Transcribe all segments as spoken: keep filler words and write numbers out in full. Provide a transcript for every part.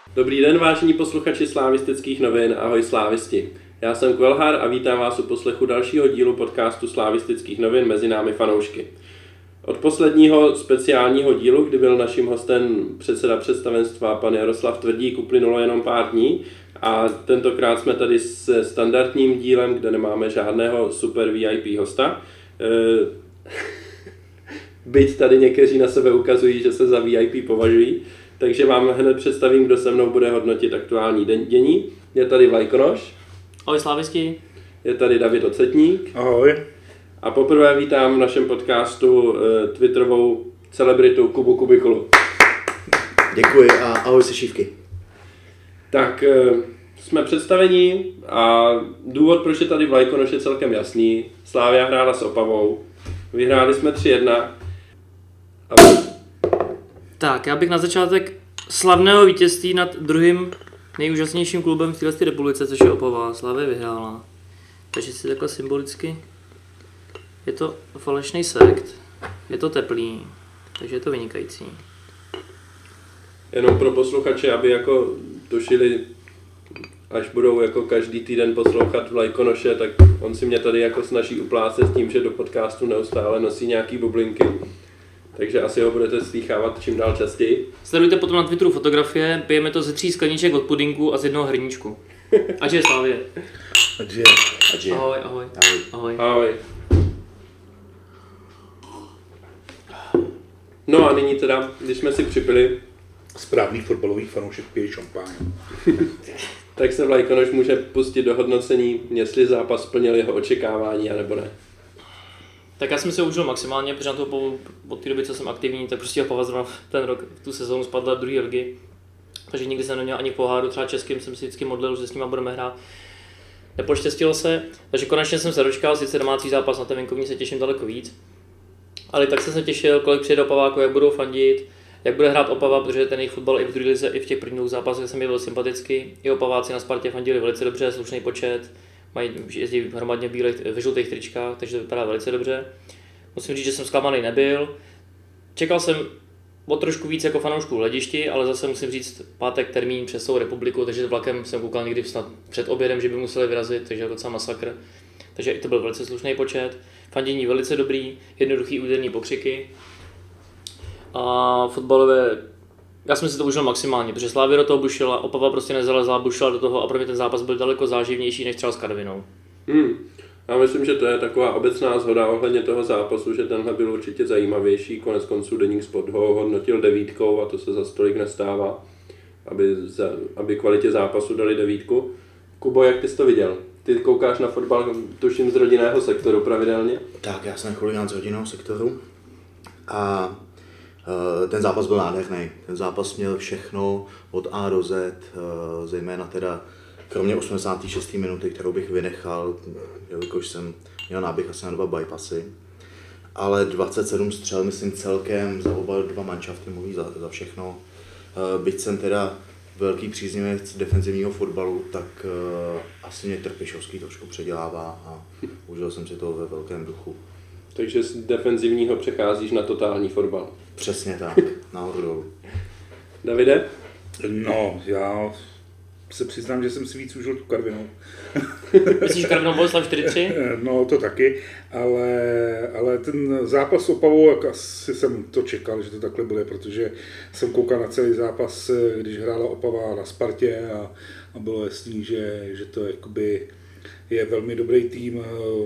Dobrý den, vážení posluchači Slavistických novin, ahoj slávisti. Já jsem Kvelhar a vítám vás u poslechu dalšího dílu podcastu Slavistických novin Mezi námi fanoušky. Od posledního speciálního dílu, kdy byl naším hostem předseda představenstva pan Jaroslav Tvrdík, uplynulo jenom pár dní a tentokrát jsme tady s standardním dílem, kde nemáme žádného super V I P hosta. Byť tady někteří na sebe ukazují, že se za V I P považují, takže vám hned představím, kdo se mnou bude hodnotit aktuální dění. Je tady Vlajkonoš. Ahoj slávisti. Je tady David Ocetník. Ahoj. A poprvé vítám v našem podcastu uh, twitterovou celebritu Kubu Kubikulu. Děkuji a ahoj sešívky. Tak uh, jsme představení a důvod, proč je tady Vlajkonoš, je celkem jasný. Slavia hrála s Opavou. Vyhráli jsme tři jedna. A... Tak, já bych na začátek slavného vítězství nad druhým nejúžasnějším klubem v této republice, což je Opava. Slavia vyhrála. Takže si takhle symbolicky. Je to falešný sekt, je to teplý, takže je to vynikající. Jenom pro posluchače, aby jako tušili, až budou jako každý týden poslouchat Vlajkonoše, tak on si mě tady jako snaží uplácet s tím, že do podcastu neustále nosí nějaký bublinky. Takže asi ho budete slýchávat čím dál častěji. Sledujte potom na Twitteru fotografie, pijeme to ze tří skleniček od pudinku a z jednoho hrníčku. Ať je Slavie. Ať je. Ať je. Ahoj, ahoj. Ahoj. Ahoj. Ahoj. No a nyní teda, když jsme si připili, Správný fotbalových fanoušek pije šampáň. tak se Vlajkonoš může pustit do hodnocení, jestli zápas splnil jeho očekávání, anebo ne. Tak já jsem si ho užil maximálně, protože na to od té doby, co jsem aktivní, tak prostě Opava zrovna ten rok, v tu sezónu spadla do druhé ligy. Takže nikdy jsem neměl ani poháru, třeba českým jsem si vždycky modlil, že s nima budeme hrát. Nepoštěstilo se, takže konečně jsem se dočkal, sice domácí zápas na té venkovní se těším daleko víc. Ale tak jsem se těšil, kolik přijde Opaváků, jak budou fandit, jak bude hrát Opava, protože ten jejich fotbal i v druhé lize, i v těch prvních zápasech se mi byl sympatický. I Opaváci na Spartě fandili velice dobře, slušný počet, mají jezdí hromadně bílých, ve žlutých tričkách, takže to vypadá velice dobře. Musím říct, že jsem zklamaný nebyl. Čekal jsem o trošku víc jako fanoušku v Hledišti, ale zase musím říct pátek termín přes celou republiku, takže vlakem jsem koukal někdy snad před obědem, že by museli vyrazit, takže je docela masakr. Takže i to byl velice slušný počet. Fandění velice dobrý, jednoduchý úderný pokřiky. A fotbalové, já jsem si to užil maximálně, protože Slavia do toho bušila, Opava prostě nezalezla, bušila do toho a pro mě ten zápas byl daleko záživnější než třeba s Karvinou. Hmm. Já myslím, že to je taková obecná shoda ohledně toho zápasu, že tenhle byl určitě zajímavější. Konec konců Deník Sport ho hodnotil devítkou a to se zas tolik nestává, aby, za, aby kvalitě zápasu dali devítku. Kubo, jak ty jsi to viděl? Ty koukáš na fotbal, tuším, z rodinného sektoru pravidelně? Tak, já jsem chuligán z rodinného sektoru a uh, ten zápas byl nádherný. Ten zápas měl všechno od A do Z, uh, zejména teda kromě osmdesáté šesté minuty, kterou bych vynechal, jelikož jsem měl náběh asi na dva bypassy. Ale dvacet sedm střel, myslím celkem, za oba dva manšafty mluví za, za všechno. Uh, byť jsem teda velký příznivec defenzivního fotbalu, tak uh, asi mě Trpišovský trošku předělává a užil jsem si to ve velkém duchu. Takže z defenzivního přecházíš na totální fotbal. Přesně tak, nahoru dolů. Davide? No, já se přiznám, že jsem si víc užil tu Karvinou. Myslíš, že Karvinou Boleslav čtyři tři? No, to taky, ale, ale ten zápas s Opavou, jak asi jsem to čekal, že to takhle bude, protože jsem koukal na celý zápas, když hrála Opava na Spartě a, a bylo jasný, že, že to jakoby je velmi dobrý tým,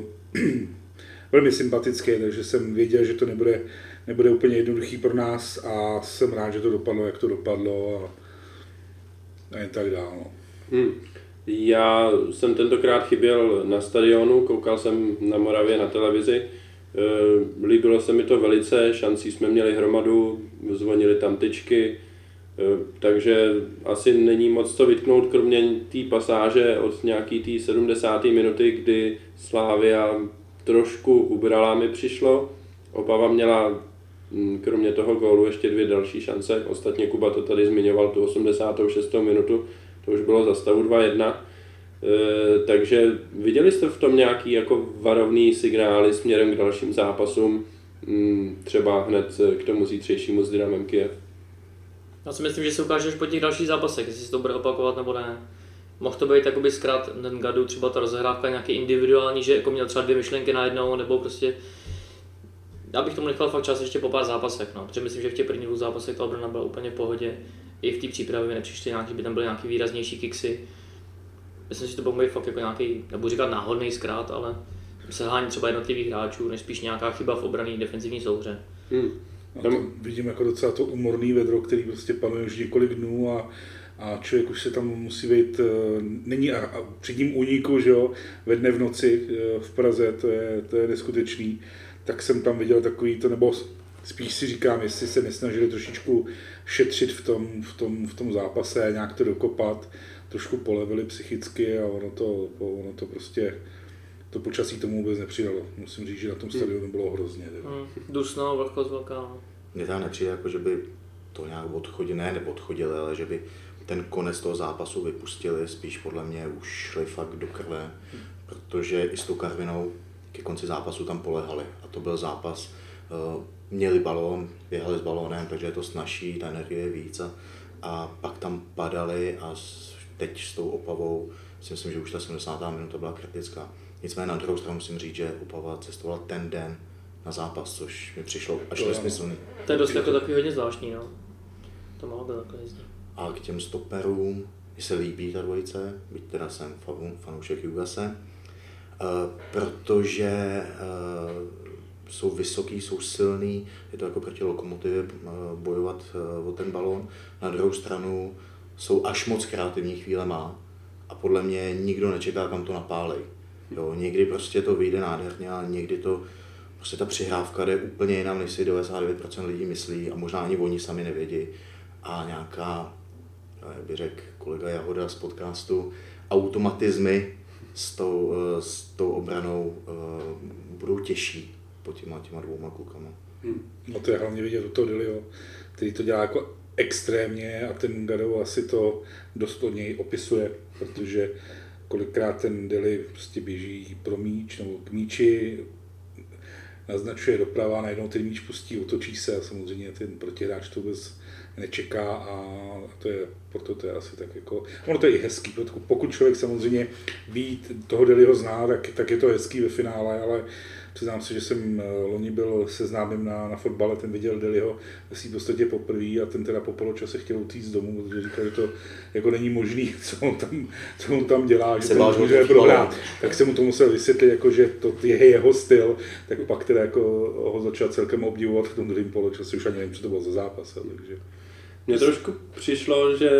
velmi sympatický, takže jsem věděl, že to nebude, nebude úplně jednoduchý pro nás a jsem rád, že to dopadlo, jak to dopadlo a, a jen tak dál. No. Hmm. Já jsem tentokrát chyběl na stadionu, koukal jsem na Moravě na televizi. Líbilo se mi to velice, šancí jsme měli hromadu, zvonily tam tyčky, takže asi není moc co vytknout, kromě té pasáže od nějaký té sedmdesáté minuty, kdy Slavia trošku ubrala, mi přišlo. Opava měla kromě toho gólu ještě dvě další šance, ostatně Kuba to tady zmiňoval, tu osmdesátou šestou minutu, to už bylo za stavu dva jedna. E, takže viděli jste v tom nějaký jako varovný signály směrem k dalším zápasům, třeba hned k tomu zítřejšímu s Dynamem Kyjev? Já si myslím, že se ukáže až po těch dalších zápasech, jestli se to bude opakovat nebo ne. Mohl to být jakoby zkrát ten Gadu, třeba ta rozehrávka nějaký individuální, že jako měl třeba dvě myšlenky najednou, nebo prostě... Já bych tomu nechal fakt čas ještě po pár zápasech, no, protože myslím, že v těch prvních dvou zápasech ta obrana byla úplně v pohodě. I v té přípravě mi nepřišly nějaký, by tam byly nějaký výraznější kiksy. Myslím si, že to bude fakt jako nějaký, nebudu říkat náhodný zkrát, ale selhání třeba jednotlivých hráčů, než spíš nějaká chyba v obrané defenzivní souhře. Hmm. A to vidím jako docela to umorný vedro, který prostě panuje už několik dnů a, a člověk už se tam musí vejít, není a, a při tím úniku, že jo, ve dne v noci v Praze, to je, to je neskutečný, tak jsem tam viděl takový to, nebo spíš si říkám, jestli se nesnažili trošičku šetřit v tom, v tom, v tom zápase, nějak to dokopat, trošku polevili psychicky a ono to, ono to prostě, to počasí tomu vůbec nepřidalo. Musím říct, že na tom stadionu bylo hrozně. Hmm. Dusno, vlhkost velká. Mně tam nepřijde, jako, že by to nějak odchodili, ne nebo odchodili, ale že by ten konec toho zápasu vypustili, spíš podle mě už šli fakt do krve, protože i s tou Karvinou ke konci zápasu tam polehali a to byl zápas, měli balón, běhali s balónem, takže je to snazší, ta energie je víc a, a pak tam padali a teď s tou Opavou si myslím, že už ta sedmdesátá minuta byla kritická. Nicméně na druhou stranu musím říct, že Opava cestovala ten den na zápas, což mi přišlo až nesmyslný. To je dost jako takový hodně zvláštní, no. To mohlo být takhle jezdit. A k těm stoperům mi se líbí ta dvojice, byť teda jsem fanoušek Jugase, protože jsou vysoký, jsou silný, je to jako proti Lokomotivě bojovat o ten balón. Na druhou stranu jsou až moc kreativní chvílema a podle mě nikdo nečeká, kam to napálej. Jo, někdy prostě to vyjde nádherně a někdy to, prostě ta přihrávka jde úplně jinam, než si devadesát devět procent lidí myslí a možná ani oni sami nevědí. A nějaká, jak by řekl kolega Jahoda z podcastu, automatizmy s tou, s tou obranou budou těžší po těma, těma dvouma klukama. Hmm. No to je hlavně vidět u toho Diliho, který to dělá jako extrémně a ten Gado asi to dost od něj opisuje, protože kolikrát ten Dili prostě běží pro míč nebo k míči, naznačuje doprava, najednou ten míč pustí, otočí se a samozřejmě ten protihráč to vůbec nečeká a to je, proto to je asi tak jako, ono to je i hezký, pokud člověk samozřejmě ví, toho Diliho zná, tak, tak je to hezký ve finále, ale přiznám se, že jsem loni byl se známým na, na fotbale, ten viděl Diliho v podstatě poprvé a ten teda po poločase chtěl utíct z domu, protože říkal, že to jako není možný, co on tam, co on tam dělá, že to může prohrát. Tak jsem mu to musel vysvětlit, jako, že to je jeho styl, tak pak teda jako ho začal celkem obdivovat v tom druhém poločase, už ani nevím, co to bylo za zápas. Takže... Mně trošku přišlo, že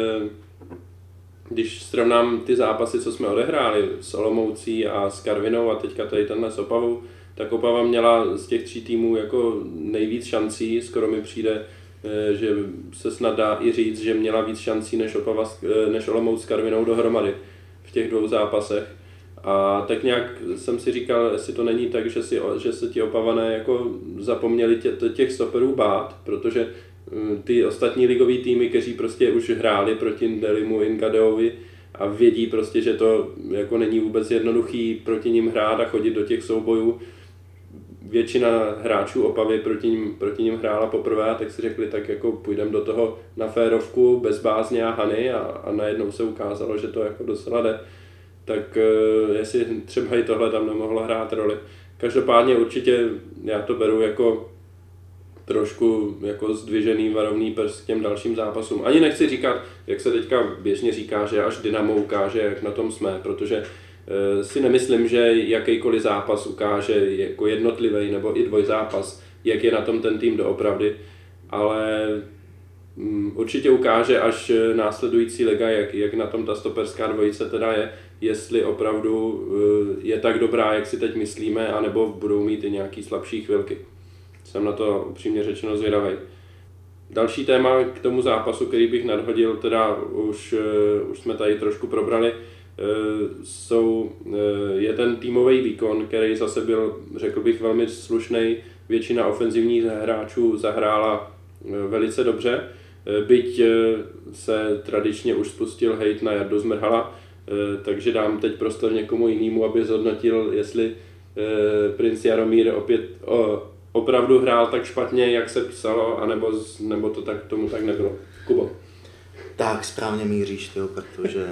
když srovnám ty zápasy, co jsme odehráli s Olomoucí a s Karvinou a teďka tady tenhle s Opavou, tak Opava měla z těch tří týmů jako nejvíc šancí, skoro mi přijde, že se snad dá i říct, že měla víc šancí než, Opava, než Olomouc s Karvinou dohromady v těch dvou zápasech. A tak nějak jsem si říkal, jestli to není tak, že, si, že se ti Opavané jako zapomněli tě, těch stoperů bát, protože ty ostatní ligový týmy, kteří prostě už hráli proti Delimu, Ingadeovi a vědí prostě, že to jako není vůbec jednoduchý proti ním hrát a chodit do těch soubojů. Většina hráčů Opavy proti ním, proti ním hrála poprvé, tak si řekli, tak jako půjdeme do toho na férovku bez bázně a hany a, a najednou se ukázalo, že to jako docela jde. Tak jestli třeba i tohle tam nemohlo hrát roli. Každopádně určitě já to beru jako trošku jako zdvižený varovný prst k těm dalším zápasům. Ani nechci říkat, jak se teďka běžně říká, že až Dynamo ukáže, jak na tom jsme, protože e, si nemyslím, že jakýkoliv zápas ukáže jako jednotlivý nebo i dvojzápas, jak je na tom ten tým doopravdy, ale mm, určitě ukáže až následující liga, jak, jak na tom ta stoperská dvojice teda je, jestli opravdu e, je tak dobrá, jak si teď myslíme, anebo budou mít i nějaký slabší chvilky. Jsem na to upřímně řečeno zvědavý. Další téma k tomu zápasu, který bych nadhodil, teda už, uh, už jsme tady trošku probrali, uh, jsou, uh, je ten týmový výkon, který zase byl, řekl bych, velmi slušný. Většina ofenzivních hráčů zahrála uh, velice dobře, uh, byť uh, se tradičně už spustil hejt na Jardu Zmrhala, uh, takže dám teď prostor někomu jinému, aby zhodnotil, jestli uh, princ Jaromír opět, uh, opravdu hrál tak špatně, jak se psalo, anebo, nebo to tak, tomu tak nebylo. Kubo. Tak, správně míříš, tyjo, protože...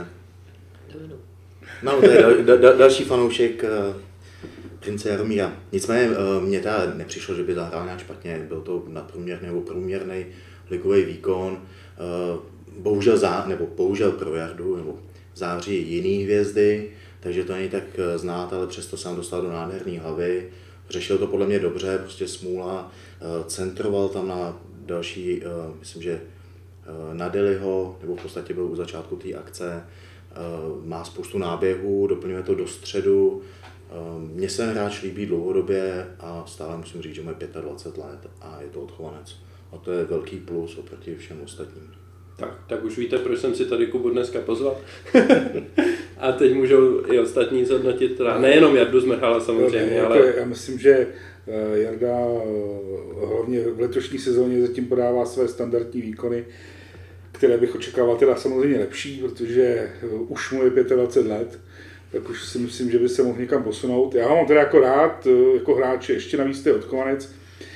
No, to je dal, dal, další fanoušek uh, Prince Jaromíra. Nicméně uh, mně teda nepřišlo, že by zahrál nějak špatně, byl to nadprůměrný nebo průměrný ligový výkon. Uh, bohužel, zá, nebo bohužel pro Jardu, nebo září jiný hvězdy, takže to není tak znát, ale přesto sám dostal do nádherné hlavy. Řešil to podle mě dobře, prostě smůla, centroval tam na další, myslím, že na Deliho, nebo v podstatě byl u začátku té akce, má spoustu náběhů, doplňuje to do středu. Mně se ten hráč líbí dlouhodobě a stále musím říct, že má dvacet pět let a je to odchovanec. A to je velký plus oproti všem ostatním. Tak, tak už víte, proč jsem si tady Kubu dneska pozval. A teď můžou i ostatní zhodnotit, teda nejenom Jardu Zmrhala samozřejmě, ne, ale... Já myslím, že Jarda hlavně v letošní sezóně zatím podává své standardní výkony, které bych očekával teda samozřejmě lepší, protože už mu je dvacet pět let, tak už si myslím, že by se mohl někam posunout. Já ho mám teda jako rád, jako hráč, ještě navíc je odchovanec,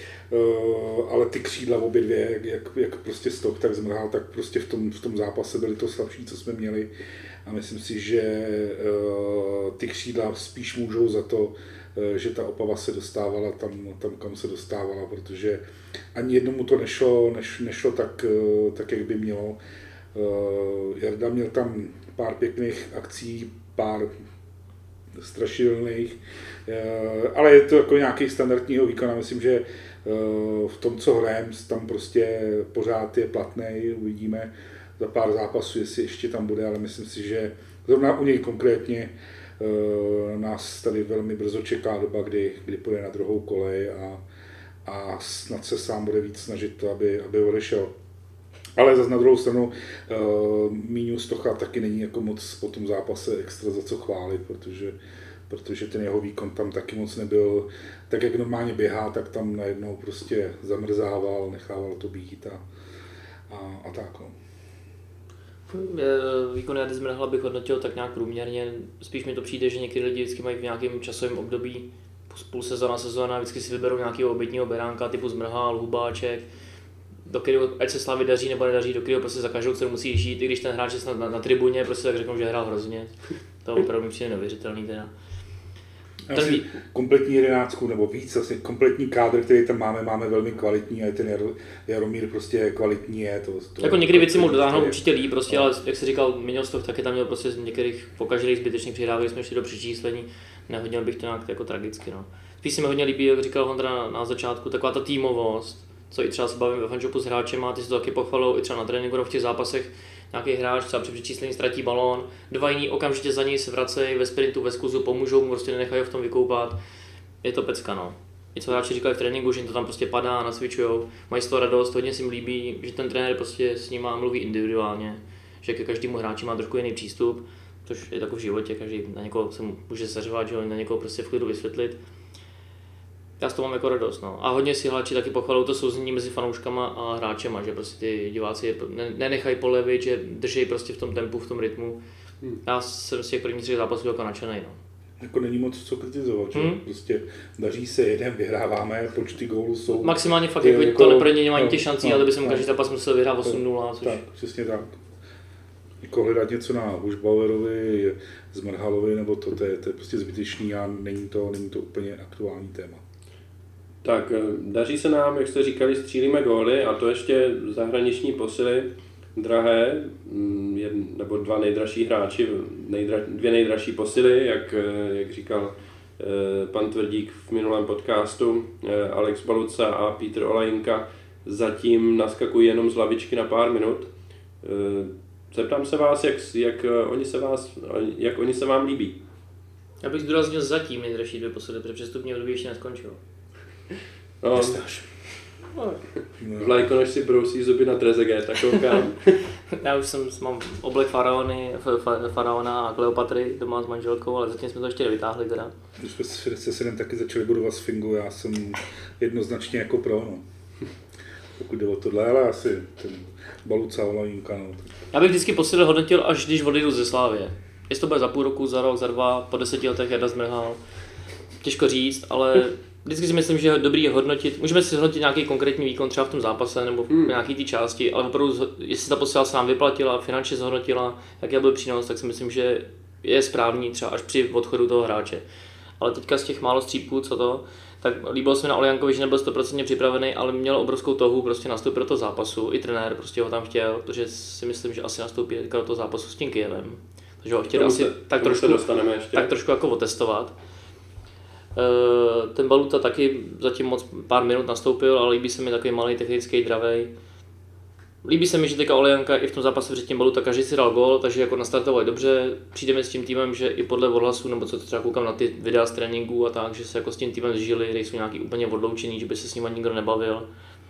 ale ty křídla obě dvě, jak, jak prostě Stoch, tak Zmrhal, tak prostě v tom, v tom zápase byly to slabší, co jsme měli. A myslím si, že ty křídla spíš můžou za to, že ta Opava se dostávala tam, tam kam se dostávala, protože ani jednomu to nešlo, neš, nešlo tak, tak, jak by mělo. Jarda měl tam pár pěkných akcí, pár strašidelných, ale je to jako nějaký standardního výkon. Myslím, že v tom, co hrajem, tam prostě pořád je platný, uvidíme za pár zápasů, jestli ještě tam bude, ale myslím si, že zrovna u něj konkrétně nás tady velmi brzo čeká doba, kdy, kdy půjde na druhou kolej a, a snad se sám bude víc snažit to, aby, aby odešel. Ale zase na druhou stranu Míňu Stocha taky není jako moc po tom zápase extra za co chválit, protože protože ten jeho výkon tam taky moc nebyl, tak jak normálně běhá, tak tam najednou prostě zamrzával, nechával to být a, a, a tak. No. Výkon Jardy Zmrhala bych hodnotil tak nějak průměrně, spíš mi to přijde, že někdy lidi vždycky mají v nějakém časovém období, půl sezóna, sezóna, vždycky si vyberou nějakého obětního beránka typu Zmrhal, Hubáček, do kterého, ať se Slavii daří nebo nedaří, do kterého prostě za každou cenu musí žít, i když ten hráč je snad na, na tribuně, prostě tak řeknou, že hrál hrozně. To opravdu mi přijde neuvěřitelný teda. Asi kompletní jedenáctku nebo víc, asi kompletní kádr, který tam máme, máme velmi kvalitní a ten Jaromír prostě kvalitní je. To, to jako někdy věci mu dotáhnout určitě líp, prostě, ale jak jsi říkal, Míňo Stoch taky tam měl prostě z některých pokaždých zbytečných přihrávek, jsme šli do přečíslení, nehodnil bych to nějak jako tragicky. No. Spíš se mi hodně líbí, jak říkal Ondra na, na začátku, taková ta týmovost, co i třeba se bavím ve fanshopu s hráčema, ty si to taky pochvalou i třeba na tréninku v těch zápasech. Nějaký hráč třeba při přečíslení ztratí balón, dva jiní okamžitě za něj se vracejí ve sprintu, ve skuzu, pomůžou mu, prostě nenechají ho v tom vykoupat. Je to pecka, no. I co hráči říkali v tréninku, že jim to tam prostě padá, nacvičujou, mají z toho radost, hodně si jim líbí, že ten trenér prostě s nima mluví individuálně, že ke každému hráči má trošku jiný přístup, což je takový v životě, každý na někoho se může seřvat, že na někoho prostě v klidu vysvětlit. Já z toho mám jako radost, no. A hodně si hráči taky pochvalují to souznění mezi fanouškama a hráčema, že prostě ty diváci nenechají polevit, že drží prostě v tom tempu, v tom rytmu. Hmm. Já jsem z těch prvních třech zápasů jako nadšenej, no. Jako není moc co kritizovat, že? Hmm. Prostě daří se jeden, vyhráváme, počty gólů jsou... Maximálně fakt, jako, jako to neproměňuje ani těch šancí, no, ale by jsem no, každý zápas musel vyhrát osm nula. Což... Tak, přesně tak. Jako hledat něco na Hušbauerovi, Zmrhalovi, nebo to, to, je, to je prostě zbytečný a není to, není to úplně aktuální téma. Tak daří se nám, jak jste říkali, střílíme góly a to ještě zahraniční posily drahé, nebo dva nejdražší hráči, nejdra, dvě nejdražší posily, jak, jak říkal pan Tvrdík v minulém podcastu, Alex Baluca a Petr Olajinka zatím naskakují jenom z lavičky na pár minut. Zeptám se vás, jak, jak, oni, se vás, jak oni se vám líbí. Já bych zdůraznil zatím nejdražší dvě posily, protože přestupní období ještě neskončilo. No, Vlajkonoš si brousí zuby na Trezeguet, tak koukám. Já už jsem, mám oblek faraony, faraona a Kleopatry doma s manželkou, ale zatím jsme to ještě nevytáhli teda. Když jsme se synem taky začali budovat sfingu, já jsem jednoznačně jako pro, no. Pokud jde o tohle, ale asi ten Baluca, Olajinka, no. Já bych vždycky posily hodnotil, až když odejdu ze Slávie. Jestli to bude za půl roku, za rok, za dva, po deseti letech Jarda Zmrhal. Těžko říct, ale vždycky si myslím, že je dobrý hodnotit, můžeme si hodnotit nějaký konkrétní výkon třeba v tom zápase nebo v Hmm. nějaký té části, ale opravdu, jestli ta posila se nám vyplatila, finančně zhodnotila, jaký byl přínos, tak si myslím, že je správný třeba až při odchodu toho hráče. Ale teďka z těch málo střípků, co to, tak líbilo se mi na Olijankovi, že nebyl sto procent připravený, ale měl obrovskou touhu prostě nastoupit do toho zápasu. I trenér prostě ho tam chtěl, protože si myslím, že asi nastoupí do toho zápasu s tím Kyjevem. Takže ho chtěl asi se, tak trošku, dostaneme ještě. tak trošku jako otestovat. Ten Baluta taky zatím moc pár minut nastoupil, ale líbí se mi takový malý technický dravej. Líbí se mi, že teďka Olijanka i v tom zápase předtím Baluta každý si dal gól, takže jako nastartovali dobře. Přijdeme s tím týmem, že i podle odhlasu, nebo co to třeba koukám na ty videa z tréninků a tak, že se jako s tím týmem zžili, nejsou nějaký úplně odloučený, že by se s nimi nikdo nebavil.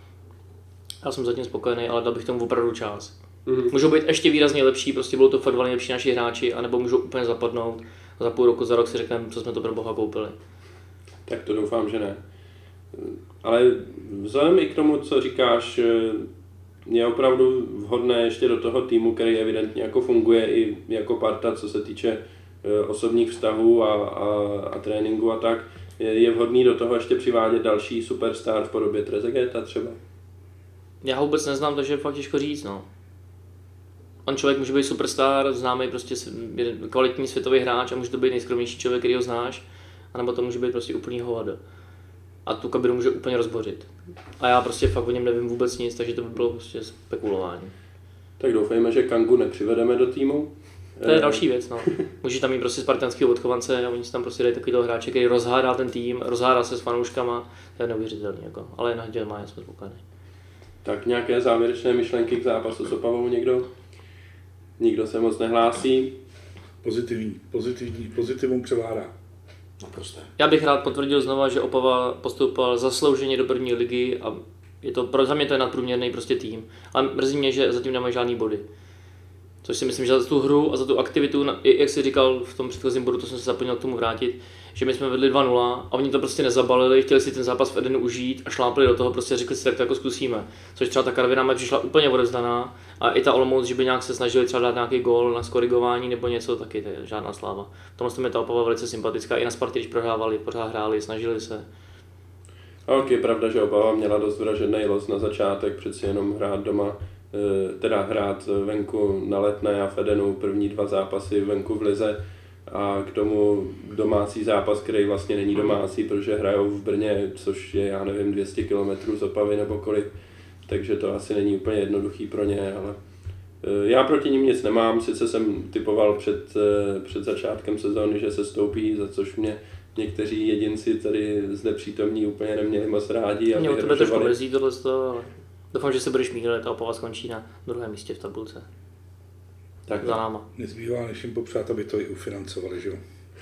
Já jsem zatím spokojený, ale dal bych tomu opravdu čas. Mm-hmm. Můžou být ještě výrazně lepší, prostě budou to fakt nejlepší naši hráči, anebo můžou úplně zapadnout a za půl roku, za rok si řekneme, co jsme to pro boha koupili. Tak to doufám, že ne. Ale vzhledem i k tomu, co říkáš, je opravdu vhodné ještě do toho týmu, který evidentně jako funguje i jako parta, co se týče osobních vztahů a, a, a tréninku a tak, je, je vhodný do toho ještě přivádět další superstar v podobě Trezegueta třeba. Já ho vůbec neznám, takže je fakt těžko říct, no. On člověk může být superstar, známý prostě kvalitní světový hráč a může to být nejskromnější člověk, který ho znáš, anebo to může být prostě úplný hovado. A tu kabinu může úplně rozbořit. A já prostě fakt o něm nevím vůbec nic, takže to by bylo prostě spekulování. Tak doufejme, že Kangu nepřivedeme do týmu. To je další věc, no. Můžeš tam mít prostě spartanského odchovance a oni si tam prostě dají takovýhle hráče, který rozhádá ten tým, rozhádá se s fanouškama, to je neuvěřitelný, jako. Ale na děl má, já jsme spokojený. Tak nějaké závěrečné myšlenky k zápasu s Opavou někdo? Nikdo se moc nehlásí. Pozitivní, pozitivní, pozitivum převládá. Naprosto. Já bych rád potvrdil znova, že Opava postoupil zaslouženě do první ligy a je to, pro za mě to je nadprůměrný prostě tým. Ale mrzí mě, že zatím nemají žádný body. Což si myslím, že za tu hru a za tu aktivitu, jak jsi říkal v tom předchozím bodu, to jsem se zapomněl k tomu vrátit, že my jsme vedli dva nula a oni to prostě nezabalili, chtěli si ten zápas v Edenu užít a šlápli do toho, prostě řekli si, tak to jako zkusíme. Což třeba ta Karviná mi přišla úplně odevzdaná a i ta Olomouc, že by nějak se snažili třeba dát nějaký gól na skorigování nebo něco, taky to je žádná sláva. V tomhle je ta Opava velice sympatická, i na Spartě, když prohrávali, pořád hráli, snažili se. A ok, je pravda, že Opava měla dost vražedný los na začátek, přeci jenom hrát doma, teda hrát venku na Letné a v Edenu první dva zápasy venku v lize a k tomu domácí zápas, který vlastně není domácí, protože hrajou v Brně, což je, já nevím, dvě stě kilometrů z Opavy nebo kolik, takže to asi není úplně jednoduchý pro ně, ale já proti nim nic nemám, sice jsem typoval před, před začátkem sezóny, že se stoupí, za což mě někteří jedinci tady zde přítomní úplně neměli moc rádi. Mě o tebe trošku mrzí tohle, ale doufám, že se budeš mít, ta Opava skončí na druhém místě v tabulce. Tak za náma. Nezbývá než jim popřát, aby to i ufinancovali, že jo?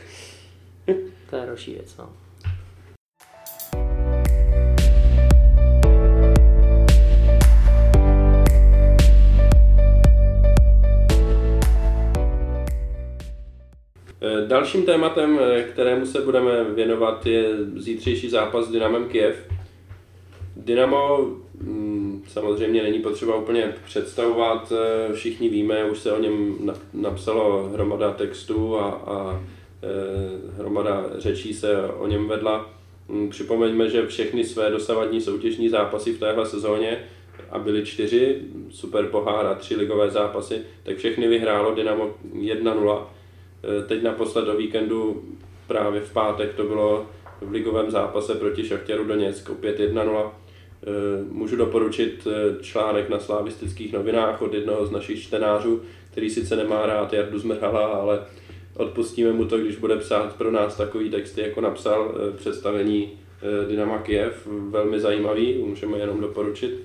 To je další věc, no. Dalším tématem, kterému se budeme věnovat, je zítřejší zápas s Dynamem Kyjev. Dynamo samozřejmě není potřeba úplně představovat, všichni víme, už se o něm napsalo hromada textů a, a hromada řečí se o něm vedla. Připomeňme, že všechny své dosavadní soutěžní zápasy v téhle sezóně, a byly čtyři, super pohár a tři ligové zápasy, tak všechny vyhrálo Dynamo jedna nula. Teď naposled o víkendu, právě v pátek, to bylo v ligovém zápase proti Šachtěru Doněck, opět jedna nula. Můžu doporučit článek na Slavistických novinách od jednoho z našich čtenářů, který sice nemá rád Jardu Zmrhala, ale odpustíme mu to, když bude psát pro nás takový texty, jako napsal představení Dynama Kyjev, velmi zajímavý, můžeme jenom doporučit.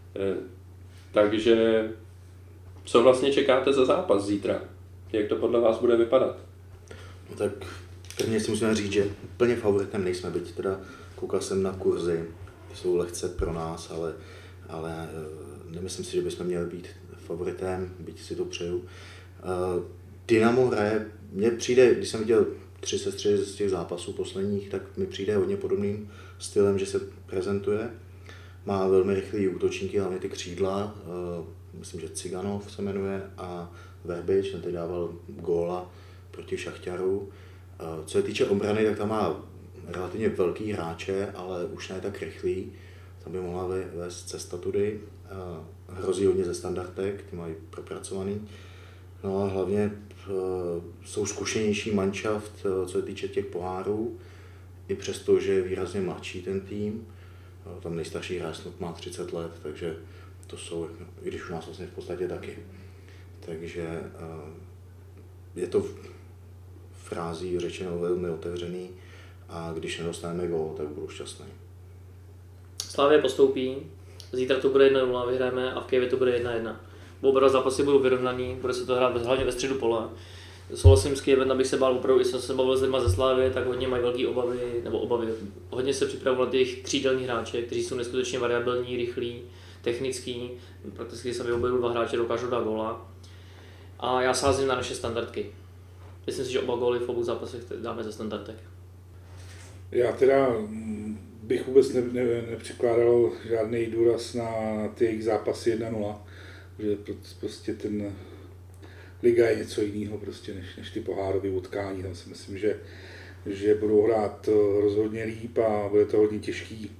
Takže co vlastně čekáte za zápas zítra? Jak to podle vás bude vypadat? No tak prvně si musíme říct, že úplně favoritem nejsme, byť teda koukal jsem na kurzy, ty jsou lehce pro nás, ale, ale nemyslím si, že bychom měli být favoritem, byť si to přeju. Dynamo hraje, mně přijde, když jsem viděl tři sestři z těch zápasů posledních, tak mi přijde hodně podobným stylem, že se prezentuje. Má velmi rychlý útočníky, hlavně ty křídla, myslím, že Ciganov se jmenuje a Verbič, ten teď dával góla proti Šachťaru. Co se týče obrany, tak tam má relativně velký hráče, ale už ne tak rychlý. Tam by mohla vést cesta tudy. Hrozí hodně ze standardek, ty mají propracovaný. No a hlavně jsou zkušenější manšaft, co se týče těch pohárů, i přesto, že je výrazně mladší ten tým. Tam nejstarší hráč snad má třicet let, takže to jsou, i když u nás vlastně v podstatě taky. Takže je to frází řečeno velmi otevřený a když nedostaneme gól, tak budu šťastný. Slavia postoupí, zítra to bude jedna nula, vyhrajeme a v Kyjevě to bude jedna jedna. Oba dva zápasy budou vyrovnaný, bude se to hrát hlavně ve středu pole. Souhlasím s Kyjevem, abych se bál opravdu, i jsem se bavil s lidma ze Slavie, tak hodně mají velké obavy, nebo obavy. Hodně se připravují na těch křídelní hráče, kteří jsou neskutečně variabilní, rychlí, technický, prakticky se mi objevují dva hráče, dokážou dát góla. A já sázím na naše standardky. Myslím si, že oba góly v obou zápasech dáme ze standardek. Já teda bych vůbec ne, ne, nepřikládal žádný důraz na ty jejich zápasy jedna nula, že prostě ten liga je něco jiného prostě než, než ty pohárové utkání. Tam si myslím, že, že budou hrát rozhodně líp a bude to hodně těžký.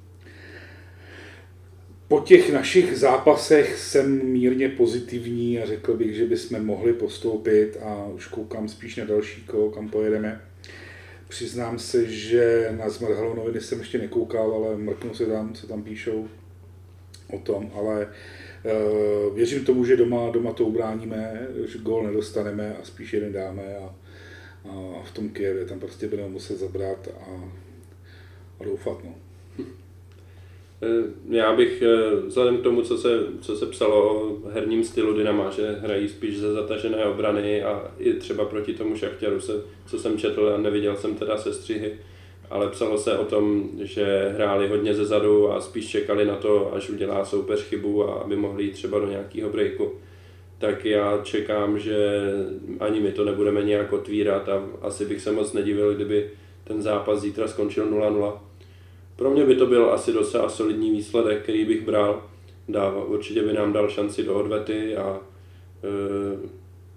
Po těch našich zápasech jsem mírně pozitivní a řekl bych, že bychom mohli postoupit a už koukám spíš na další kolo, kam pojedeme. Přiznám se, že na Zmrhalou noviny jsem ještě nekoukal, ale mrknu se tam, co tam píšou o tom, ale uh, věřím tomu, že doma, doma to ubráníme, že gól nedostaneme a spíš jeden dáme a, a v tom Kyjevě tam prostě budeme muset zabrat a, a doufat. No. Já bych vzhledem k tomu, co se, co se psalo o herním stylu Dynama, že hrají spíš ze zatažené obrany a i třeba proti tomu Šachtaru, se, co jsem četl a neviděl jsem teda sestřihy, ale psalo se o tom, že hráli hodně ze zadu a spíš čekali na to, až udělá soupeř chybu a aby mohli jít třeba do nějakého breaku. Tak já čekám, že ani my to nebudeme nějak otvírat a asi bych se moc nedivil, kdyby ten zápas zítra skončil nula nula. Pro mě by to byl asi docela solidní výsledek, který bych bral. Dával, určitě by nám dal šanci do odvety a e,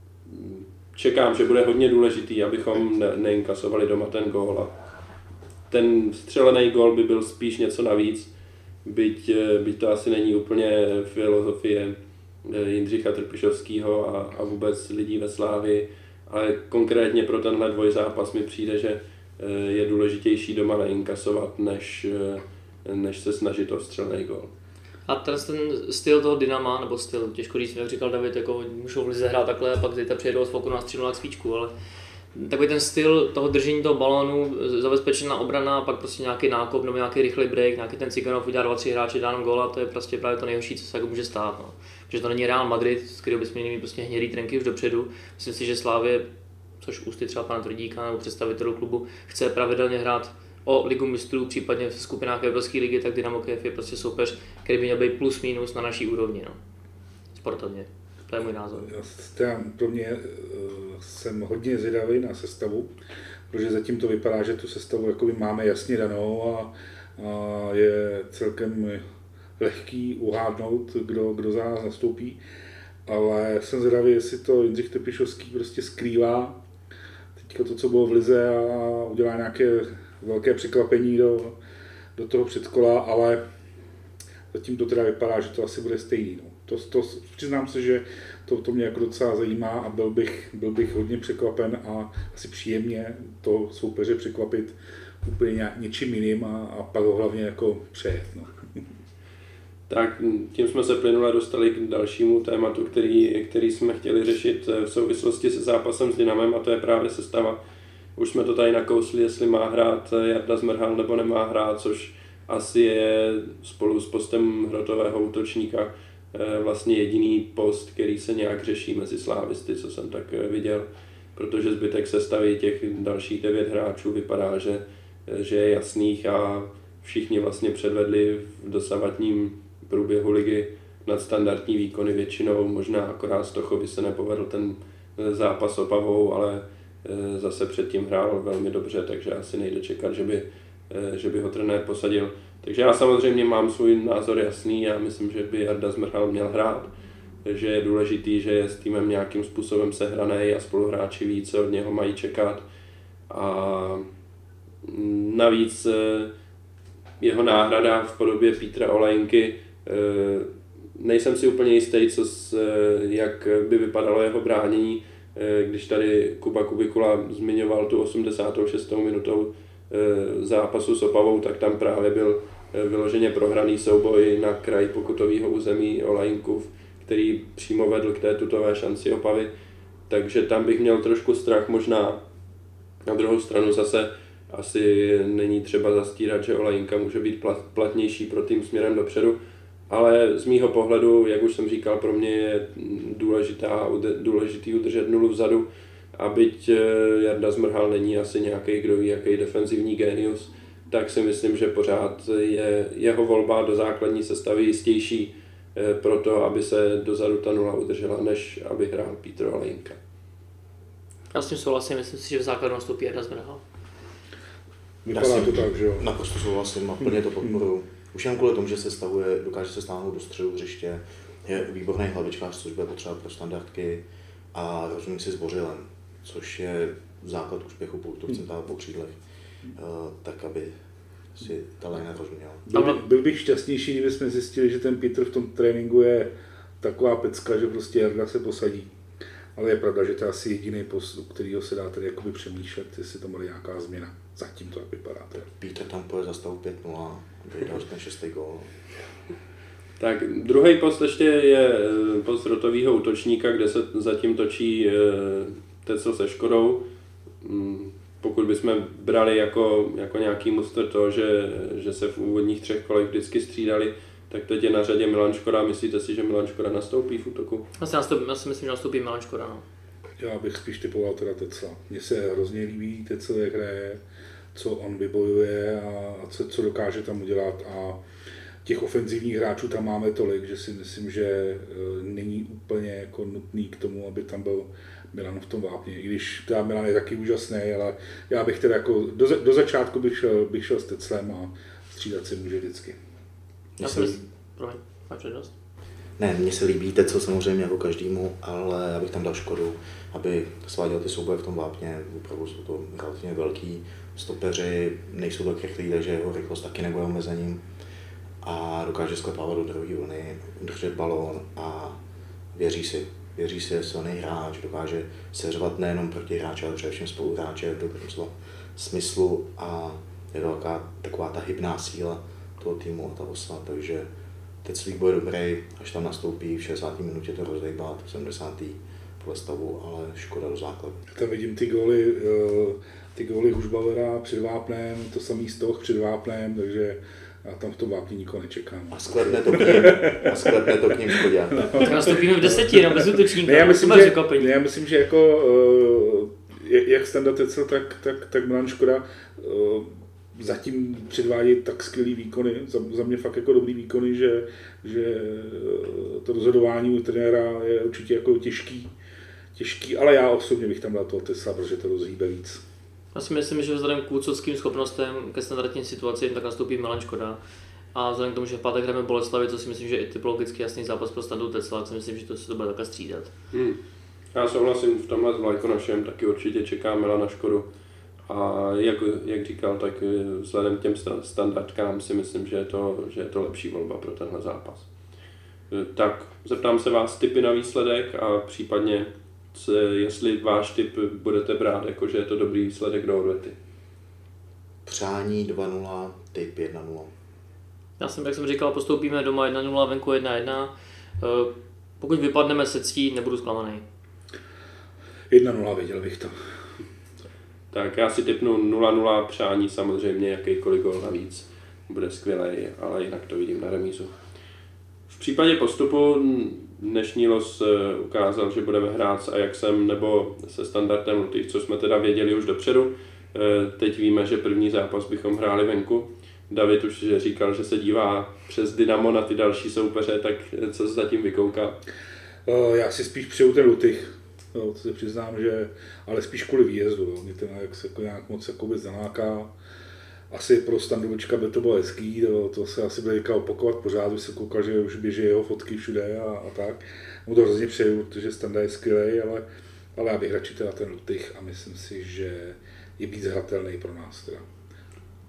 čekám, že bude hodně důležitý, abychom ne, neinkasovali doma ten gól. A ten střelený gól by byl spíš něco navíc, byť, byť to asi není úplně filozofie Jindřicha Trpišovského a, a vůbec lidí ve Slávii, ale konkrétně pro tenhle dvojzápas mi přijde, že je důležitější doma neinkasovat, než, než se snažit o střelný gól. A ten, ten styl toho Dynama, nebo styl, těžko říct, jak říkal David, jako můžou v lize hrát takhle a pak zítra přijedou z foku na střínu jak svíčku, ale takový ten styl toho držení toho balónu, zabezpečená obrana a pak prostě nějaký nákop nebo nějaký rychlý break, nějaký ten Ciganov udělá dva, tři hráči, dá nám góla, to je prostě právě to nejhorší, co se jako může stát. No. Protože to není Real Madrid, z kterého bychom měli mít prostě hnědý trenky už dopředu. Myslím si, že Slavie, což ústy třeba pana Tvrdíka nebo představitelů klubu, chce pravidelně hrát o ligu mistrů, případně v skupinách Evropské ligy, tak Dynamo Kyjev je prostě soupeř, který by měl být plus minus na naší úrovni, no. Sportovně. To je můj názor. Já pro mě jsem hodně zvědavý na sestavu, protože zatím to vypadá, že tu sestavu jakoby máme jasně danou a, a je celkem lehký uhádnout, kdo, kdo za nás nastoupí. Ale jsem zvědavý, jestli to Jindřich Trpišovský prostě skrývá teďka to, co bylo v lize a udělá nějaké velké překvapení do, do toho předkola, ale zatím to teda vypadá, že to asi bude stejný. No. To, to, přiznám se, že to, to mě jako docela zajímá a byl bych, byl bych hodně překvapen a asi příjemně to soupeře překvapit úplně ně, něčím jiným a, a pak ho hlavně jako přejet. No. Tak tím jsme se plynule dostali k dalšímu tématu, který, který jsme chtěli řešit v souvislosti se zápasem s Dynamem, a to je právě sestava. Už jsme to tady nakousli, jestli má hrát Jarda Zmrhal nebo nemá hrát, což asi je spolu s postem hrotového útočníka vlastně jediný post, který se nějak řeší mezi slávisty, co jsem tak viděl, protože zbytek sestavy těch dalších devět hráčů vypadá, že, že je jasných a všichni vlastně předvedli v dosavadním průběhu ligy nadstandardní výkony většinou, možná akorát Stochovi se nepovedl ten zápas s Opavou, ale zase předtím hrál velmi dobře, takže asi nejde čekat, že by, že by ho trenér posadil. Takže já samozřejmě mám svůj názor jasný, já myslím, že by Jarda Zmrhal měl hrát, že je důležitý, že je s týmem nějakým způsobem sehraný a spoluhráči ví, co od něho mají čekat. A Navíc jeho náhrada v podobě Petra Olejnky, nejsem si úplně jistý, co s, jak by vypadalo jeho bránění, když tady Kuba Kubikula zmiňoval tu osmdesátou šestou minutou zápasu s Opavou, tak tam právě byl vyloženě prohraný souboj na kraji pokutového území Olejnkův, který přímo vedl k té tutové šanci Opavy, takže tam bych měl trošku strach možná. Na druhou stranu zase asi není třeba zastírat, že Olejnka může být platnější pro tým směrem dopředu, ale z mýho pohledu, jak už jsem říkal, pro mě je důležitá, důležitý udržet nulu vzadu, a byť Jarda Zmrhal není asi nějaký, kdo ví, jaký defenzivní génius, tak si myslím, že pořád je jeho volba do základní sestavy jistější pro to, aby se dozadu ta nula udržela, než aby hrál Petr Olejnka. Já s tím souhlasím, myslím si, že v základu nastoupí Jarda Zmrhal. Vypadá to tak, že jo? Naprosto souhlasím a plně to podporuju. Už jen kvůli tomu, že se stavuje, dokáže se stáhnout do středu hřiště, je výborný hlavičkář, což bude potřeba pro standardky, a rozumí si s Bořilem, což je základ úspěchu, pokud chcem dát po křídlech, tak aby si ta lajna rozuměla. Byl, byl bych šťastnější, kdyby jsme zjistili, že ten Petr v tom tréninku je taková pecka, že prostě Jarda se posadí. Ale je pravda, že to je asi jediný post, u kterého se dá tady jakoby přemýšlet, jestli to bude nějaká změna. Zatím to tak vypadá. Petr tam půjde za stavu pět nula, vydal ten šestý gól. Tak druhý post ještě je post rotovýho útočníka, kde se zatím točí Tecl se Škodou. Pokud bychom brali jako, jako nějaký muster to, že, že se v úvodních třech kolech vždycky střídali, tak teď je na řadě Milan Škoda. Myslíte si, že Milan Škoda nastoupí v útoku? Já si, nastoupí, já si myslím, že nastoupí Milan Škoda. No. Já bych spíš typoval teda Tecla. Mně se hrozně líbí Tecl, jak hraje, co on vybojuje a co, co dokáže tam udělat. A těch ofenzivních hráčů tam máme tolik, že si myslím, že není úplně jako nutný k tomu, aby tam byl Milan v tom vápně. I když teda Milan je taky úžasný, ale já bych teda jako do, do začátku bych šel, bych šel s Teclem a střídat si může vždycky. Já si myslím, promiň, máš přednost? Ne, mně se líbí Tecl samozřejmě jako každému, ale já bych tam dal Škodu, aby sváděl ty souboje v tom vápně. Opravdu jsou to relativně velký stopeři, nejsou tak rychlí, takže jeho rychlost taky nebude omezením. A dokáže sklepávat do druhé vlny, udržet balón a věří si. Věří si, je silný hráč, dokáže seřvat nejenom proti hráči, ale především spoluhráče v dobrém slova smyslu a je to taková, taková ta hybná síla toho týmu a ta osa, takže Teclík bude dobrý, až tam nastoupí v šedesáté minutě to rozdejbá, v sedmdesáté podle stavu, ale Škoda do základu. Tam vidím ty góly, ty góly Hušbauera před vápnem, to samý Stoch před vápnem, takže já tam v tom vápni nikoho nečekám. A sklepne to k ním, a sklepne to k ním Škodě. No. Tak nastoupíme v deseti, no, bez útočníka. Ne, já myslím, že, ne, já myslím, že jako, jak Standa Tecl, tak, tak, tak Milan Škoda zatím předvádí tak skvělý výkony, za, za mě fakt jako dobrý výkony, že, že to rozhodování u trenéra je určitě jako těžký, těžký, ale já osobně bych tam dal toho Tecla, protože to rozhýbe víc. Já si myslím, že vzhledem k klucovským schopnostem ke standardním situacím, tak nastoupí Milan Škoda. A vzhledem k tomu, že v pátek hrajeme Boleslavi, to si myslím, že je typologicky jasný zápas pro Standu Tecla, tak si myslím, že to se to bude takhle střídat. Hmm. Já souhlasím, v tomhle s Vlajkonošem taky určitě čeká Milana Škodu. A jak, jak říkal, tak vzhledem k těm standardkám si myslím, že je to, že je to lepší volba pro tenhle zápas. Tak zeptám se vás tipy na výsledek a případně jestli váš tip budete brát, jako že je to dobrý výsledek do odvety. Přání dva nula, tip jedna nula. Já jsem, jak jsem říkal, postoupíme doma jedna nula, venku jedna jedna. Pokud vypadneme se ctí, nebudu zklamaný. jedna nula, viděl bych to. Tak já si tipnu nula nula, přání samozřejmě, jakýkoliv gól navíc bude skvělý, ale jinak to vidím na remízu. V případě postupu dnešní los ukázal, že budeme hrát s Ajaxem nebo se Standardem Lutych, co jsme teda věděli už dopředu. Teď víme, že první zápas bychom hráli venku. David už říkal, že se dívá přes Dynamo na ty další soupeře, tak co se zatím vykouká? Já si spíš přeju ten Lutych, jo, to se přiznám, že, ale spíš kvůli výjezdu. Jo. Mě ten Ajax jako nějak moc jako zaláká. Asi pro Standovička by to bylo hezký, to, to se asi bude opakovat pořád, už se koukal, že už běží jeho fotky všude a, a tak. Mu to hrozně přeju, protože Standa je skvělý, ale, ale já bych radši teda ten Lutych a myslím si, že je víc hratelný pro nás teda.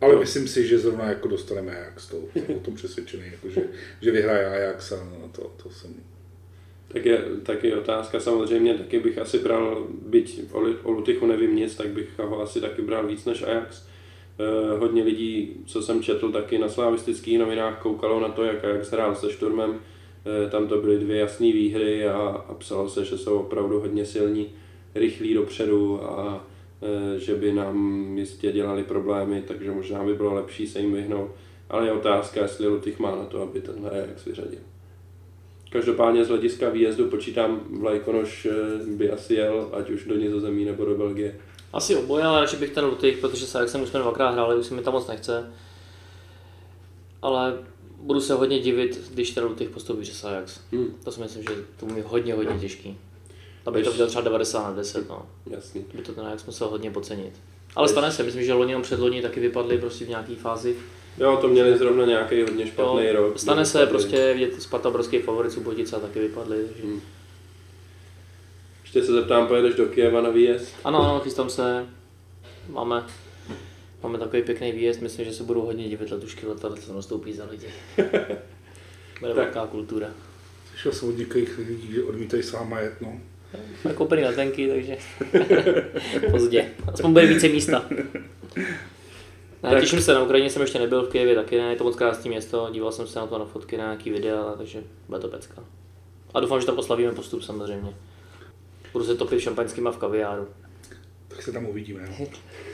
Ale myslím si, že zrovna jako dostaneme Ajax, to jsem o tom přesvědčený, jako že, že vyhraje Ajax a to, to jsem... Tak je taky otázka, samozřejmě taky bych asi bral, byť o Lutychu nevím nic, tak bych ho asi taky bral víc než Ajax. Eh, hodně lidí, co jsem četl taky na slavistických novinách, koukalo na to, jak Ajax hrál se Šturmem. Eh, tam to byly dvě jasné výhry a, a psalo se, že jsou opravdu hodně silní, rychlí dopředu a eh, že by nám jistě dělali problémy, takže možná by bylo lepší se jim vyhnout. Ale je otázka, jestli Lutych má na to, aby tenhle Ajax vyřadil. Každopádně z hlediska výjezdu počítám, Vlajkonoš by asi jel, ať už do Nizozemí nebo do Belgie. Asi oboje, ale radši bych ten Lutych, protože se Ajaxem už jsme dvakrát hráli, už se mi tam moc nechce. Ale budu se hodně divit, když ten Lutych postoupí přes Ajax. Hmm. To si myslím, že to bude hodně, hodně těžký. Aby to udělal třeba devadesát na deset, no. Jasný. By to ten Ajax musel hodně podcenit. Ale stane se, myslím, že loni před loni taky vypadli prostě v nějaký fázi. Jo, to měli zrovna nějaký hodně špatný jo, rok. Stane se prostě, vidět Sparta obrovský favorit, Subotica taky vypadli. Takže... Hmm. Ještě se zeptám, pojedeš do Kyjeva na výjezd? Ano, ano, chystám se. Máme, máme takový pěkný výjezd, myslím, že se budou hodně divit letušky letadla, co nastoupí za lidi. Bude velká kultura. Slyšel jsem od některých lidí, že odmítají s váma jet, no. Máme koupený letenky, takže pozdě. Aspoň bude více místa. Ne, těším se, na Ukrajině jsem ještě nebyl, v Kyjevě taky ne, je to moc krásné město, díval jsem se na to na fotky, na nějaký videa, takže bude to pecka. A doufám, že tam oslavíme postup samozřejmě. Budu se topit šampaňskýma v kaviáru. Tak se tam uvidíme, jo.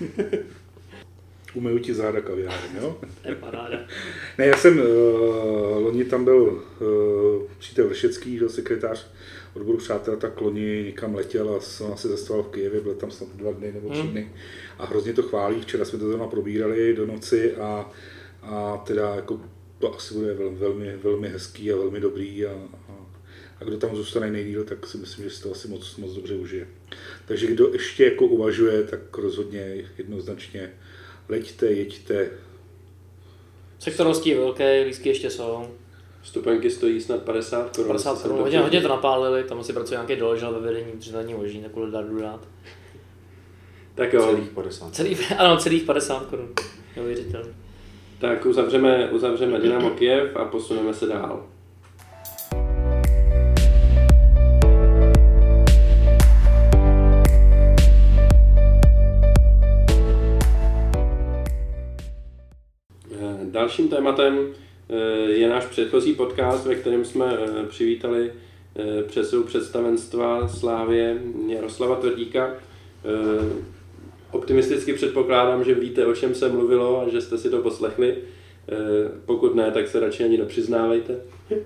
Umyju ti záda kaviárem, jo? To je paráda. Ne, já jsem, uh, loni tam byl uh, přítel Vršecký, že, sekretář odboru přátel, tak loni někam letěl a jsem asi zastoval v Kyjevě, byl tam snad dva dny nebo tři hmm. dny a hrozně to chválí. Včera jsme to zrovna probírali do noci a, a teda jako to asi bude velmi, velmi, velmi hezký a velmi dobrý a, a, a kdo tam zůstane nejdýl, tak si myslím, že si to asi moc, moc dobře užije. Takže kdo ještě jako uvažuje, tak rozhodně jednoznačně leďte, jeďte. Sektornosti je velké, lístky ještě jsou. Vstupenky stojí snad padesát korun. padesát korun, hodně, hodně to napálili, tam asi pracuje nějaký doložil ve vedení, protože to není možný takovou dardu dát. Tak jo. Celých padesát. Celý, ano, celých padesát korun, neuvěřitelný. Tak uzavřeme, uzavřeme Dynamo Kyjev a posuneme se dál. Dalším tématem je náš předchozí podcast, ve kterém jsme přivítali předsedu představenstva Slavie Jaroslava Tvrdíka. Optimisticky předpokládám, že víte, o čem se mluvilo a že jste si to poslechli. Pokud ne, tak se radši ani nepřiznávejte.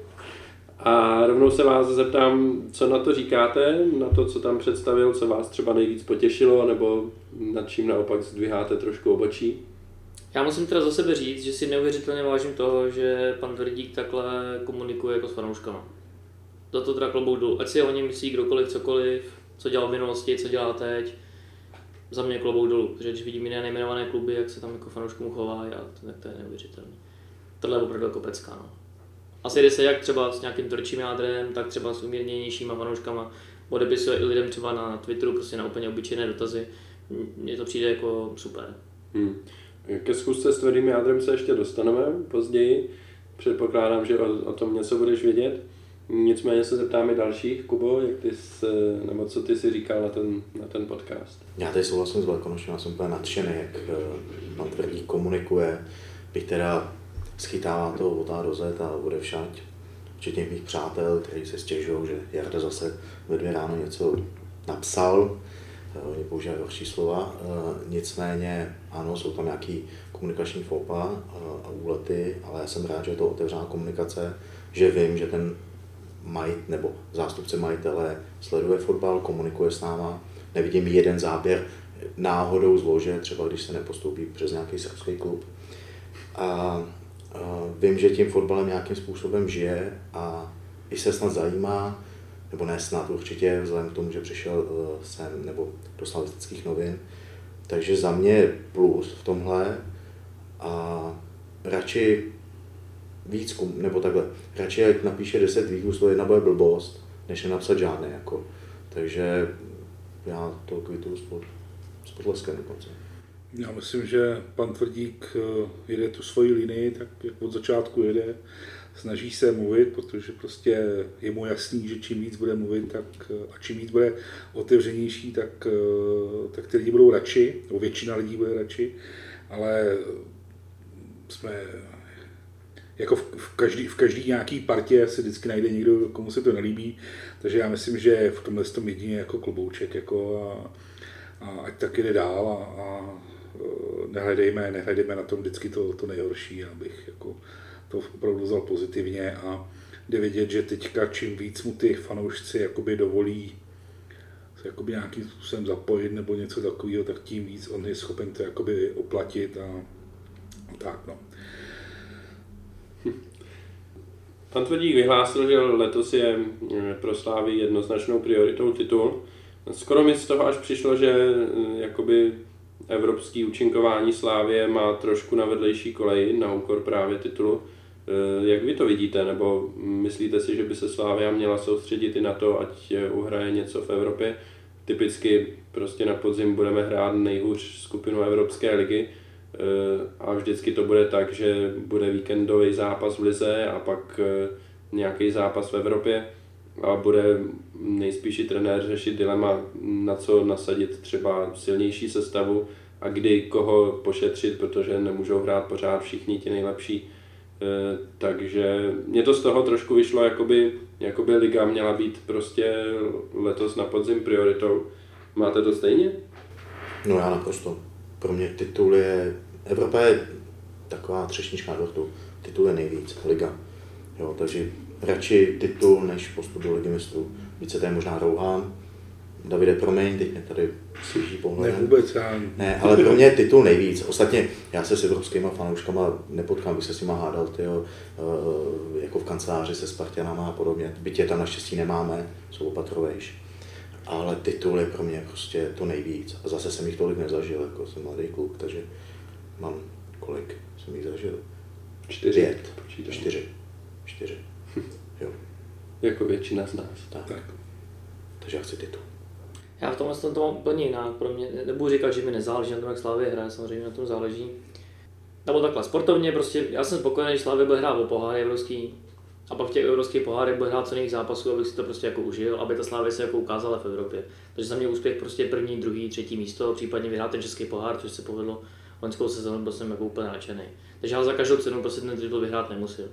A rovnou se vás zeptám, co na to říkáte, na to, co tam představil, co vás třeba nejvíc potěšilo, nebo nad čím naopak zdviháte trošku obočí. Já musím teda za sebe říct, že si neuvěřitelně vážím toho, že pan Tvrdík takhle komunikuje jako s fanouškama. Za to teda klobouk dolů. Ať si o něm myslí kdokoliv, cokoliv, co dělal v minulosti, co dělá teď, za mě klobouk dolů. Protože když vidím jiné nejmenované kluby, jak se tam jako fanouškům chová, já, tak to je neuvěřitelné. Tohle je opravdu jako pecka, no. Asi jde se jak třeba s nějakým tvrdším jádrem, tak třeba s umírněnějšíma fanouškama. Odepisuje i lidem třeba na Twitteru prostě na úplně obyčejné dotazy. Mně to přijde jako super. Hmm. Ke zkusce s tvrdým jádrem se ještě dostaneme později. Předpokládám, že o, o tom něco budeš vědět. Nicméně se zeptám i dalších. Kubo, jak ty jsi, nebo co ty si říkal na ten, na ten podcast? Já tady souhlasím s Vlajkonošem, já jsem úplně nadšený, jak pan Tvrdík komunikuje. Bych teda schytává to od A do Z a odevšať. Včetně mých přátel, kteří se stěžují, že Jarda zase ve dvě ráno něco napsal. Oni používají horší slova, nicméně ano, jsou tam nějaký komunikační fópa a úlety, ale já jsem rád, že je to otevřená komunikace, že vím, že ten majit nebo zástupce majitele sleduje fotbal, komunikuje s náma, nevidím jeden záběr náhodou z lože, třeba když se nepostoupí přes nějaký srbský klub. A, a vím, že tím fotbalem nějakým způsobem žije a i se snad zajímá, nebo ne snad určitě, vzhledem k tomu, že přišel sem nebo do slavistických novin. Takže za mě plus v tomhle a radši víc, nebo takhle, radši ať napíše deset výhů, to jedna bude blbost, než nenapsat žádné. Jako. Takže já to kvituju s, pod, s podleskem dokonce. Já myslím, že pan Tvrdík jede tu svoji linii, tak jak od začátku jede, snaží se mluvit, protože prostě je mu jasný, že čím víc bude mluvit tak, a čím víc bude otevřenější, tak, tak ty lidi budou radši, nebo většina lidí bude radši, ale jsme jako v, v, každý, v každý nějaký partě se vždycky najde někdo, komu se to nelíbí, takže já myslím, že v tomhle tom jedině jako klobouček jako a, a ať tak jde dál a, a nehledejme, nehledejme na tom vždycky to, to nejhorší, abych jako to opravdu vzal pozitivně a jde vidět, že teďka čím víc mu ty fanoušci jakoby dovolí se jakoby nějakým způsobem zapojit nebo něco takového, tak tím víc on je schopen to jakoby oplatit a, a tak no. Pan Tvrdík vyhlásil, že letos je pro Slávy jednoznačnou prioritou titul. Skoro mi z toho až přišlo, že jakoby evropský účinkování Slávie má trošku na vedlejší koleji na úkor právě titulu. Jak vy to vidíte, nebo myslíte si, že by se Slavia měla soustředit i na to, ať uhraje něco v Evropě? Typicky prostě na podzim budeme hrát nejhůř skupinu Evropské ligy a vždycky to bude tak, že bude víkendový zápas v lize a pak nějaký zápas v Evropě a bude nejspíš i trenér řešit dilema, na co nasadit třeba silnější sestavu a kdy koho pošetřit, protože nemůžou hrát pořád všichni ti nejlepší. Takže mě to z toho trošku vyšlo, jakoby, jakoby liga měla být prostě letos na podzim prioritou. Máte to stejně? No já naprosto. Pro mě titul je, Evropa je taková třešnička na dortu. Titul je nejvíc, liga. Jo, takže radši titul než postup do ligy mistrů. Více tady možná rouhám. Davide, promiň, teď mě tady slyší pohledem. Ne, vůbec já. Ne, ale pro mě je titul nejvíc. Ostatně já se s evropskýma fanouškama nepotkám, bych se s nima hádal, tyjo, jako v kanceláři se Spartanama a podobně. Byť tam naštěstí nemáme, jsou opatrovejš. Ale titul je pro mě prostě to nejvíc. A zase jsem jich tolik nezažil, jako jsem mladý kluk, takže mám kolik jsem jich zažil? Čtyři. Pět. Čtyři. Čtyři. Jo. Jako většina z nás. Tak. tak. Takže já chci titul. Já v tomhle tom to mám úplně jinak. Pro mě, nebudu říkat, že mi nezáleží na tom, jak Slavie hraje, samozřejmě na tom záleží. Nebo takhle, sportovně prostě, já jsem spokojený, že Slavie bude hrát o poháry evropský a pak v těch evropských pohárech bude hrát co nejvíc zápasů, abych si to prostě jako užil, aby ta Slavie se jako ukázala v Evropě. Takže za mě úspěch prostě první, druhý, třetí místo, případně vyhrát ten český pohár, což se povedlo loňskou sezónu, byl jsem jako úplně nadšený. Takže já za každou cenu prostě ten titul vyhrát nemusel.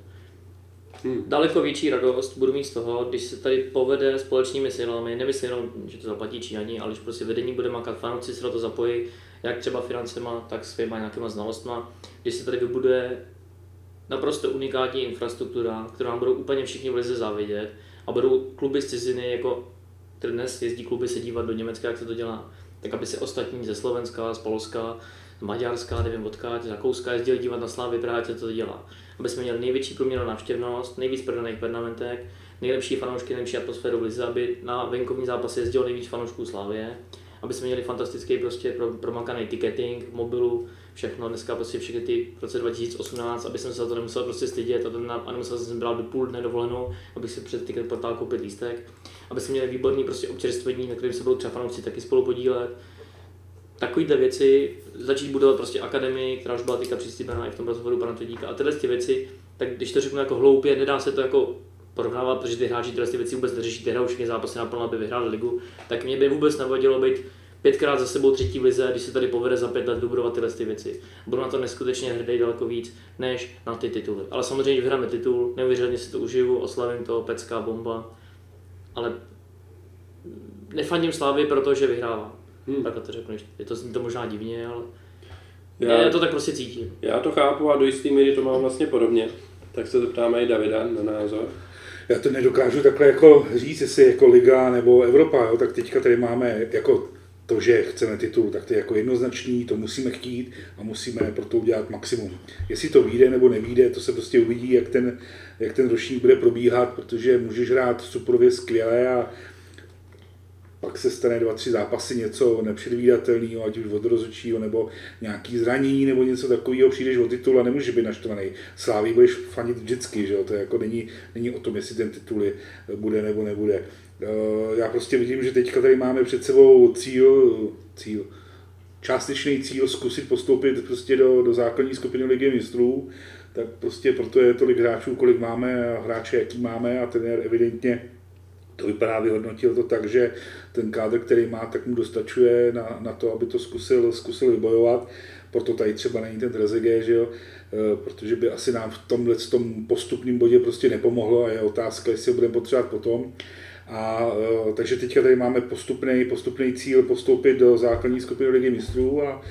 Hmm. Daleko větší radost budu mít z toho, když se tady povede společnými silami, nemyslím jenom, že to zaplatí Číňani, ale když prostě vedení bude makat, fanoušci se do toho zapojí, jak třeba financema, tak svýma nějakýma znalostma, když se tady vybuduje naprosto unikátní infrastruktura, kterou nám budou úplně všichni v lize závidět a budou kluby z ciziny, jako které dnes jezdí kluby se dívat do Německa, jak se to dělá, tak aby se ostatní ze Slovenska, z Polska, z Maďarska, nevím odkud, z Rakouska jezdili dívat na Slávy, právě co to dělá. Aby jsme měli největší průměrnou návštěvnost, nejvíc prodaných pernamentek, nejlepší fanoušky, nejlepší atmosféru v lize, aby na venkovní zápasy jezdilo nejvíc fanoušků Slávie, aby jsme měli fantastický prostě promakaný ticketing v mobilu, všechno, dneska prostě všechny ty v roce dva tisíce osmnáct, aby jsem se za to nemusel prostě stydět a, ten, a nemusel jsem brát do půl dne dovolenou, abych si před ticket portál koupit lístek, aby jsme měli výborný prostě občerstvení, na kterým se budou třeba fanoušci taky spolu podílet. Takovýhle věci, začít budovat prostě akademii, která už byla teďka přislíbená i v tom rozhovoru pana Tvrdíka a tyhle ty věci, tak když to řeknu jako hloupě, nedá se to jako porovnávat, protože ty hráči tyhle ty věci vůbec neřeší, ty hrajou všechny zápasy naplno, aby vyhráli ligu, tak mě by vůbec nevadilo být pětkrát za sebou třetí v lize, když se tady povede za pět let vybudovat tyhle ty věci. Budu na to neskutečně hrdý daleko víc, než na ty tituly. Ale samozřejmě, když vyhráme titul, neuvěřitelně si to užiju, oslavím to, pecká bomba, ale nefandím Slávy, protože vyhrává. Hmm. Takhle to řeknu, je to, zní to možná divně, ale já, já to tak prostě cítím. Já to chápu a do jistý míry to mám vlastně podobně, tak se zeptáme i Davida na názor. Já to nedokážu takhle jako říct, jestli jako liga nebo Evropa, jo, tak teďka tady máme jako to, že chceme titul, tak to je jako jednoznačný, to musíme chtít a musíme pro to udělat maximum. Jestli to vyjde nebo nevyjde, to se prostě uvidí, jak ten, jak ten ročník bude probíhat, protože můžeš hrát superově skvěle a pak se stane dva, tři zápasy něco nepředvídatelného, ať už od rozhodčího nebo nějaký zranění nebo něco takového, přijdeš o titul a nemůžeš být naštvaný. Slávy budeš fanit vždycky, že jo? To jako není, není o tom, jestli ten titul bude nebo nebude. Já prostě vidím, že teďka tady máme před sebou cíl, cíl částečný cíl zkusit postoupit prostě do, do základní skupiny Ligy mistrů, tak prostě proto je tolik hráčů, kolik máme a hráče, jaký máme a trenér evidentně to vypadá, vyhodnotil to tak, že ten kádr, který má, tak mu dostačuje na, na to, aby to zkusil, zkusil vybojovat. Proto tady třeba není ten Trezeguet, že jo? E, protože by asi nám v tomhle tom postupném bodě prostě nepomohlo a je otázka, jestli ho budeme potřebovat potom. A, e, takže teďka tady máme postupný, postupný cíl postoupit do základní skupiny Ligy mistrů a,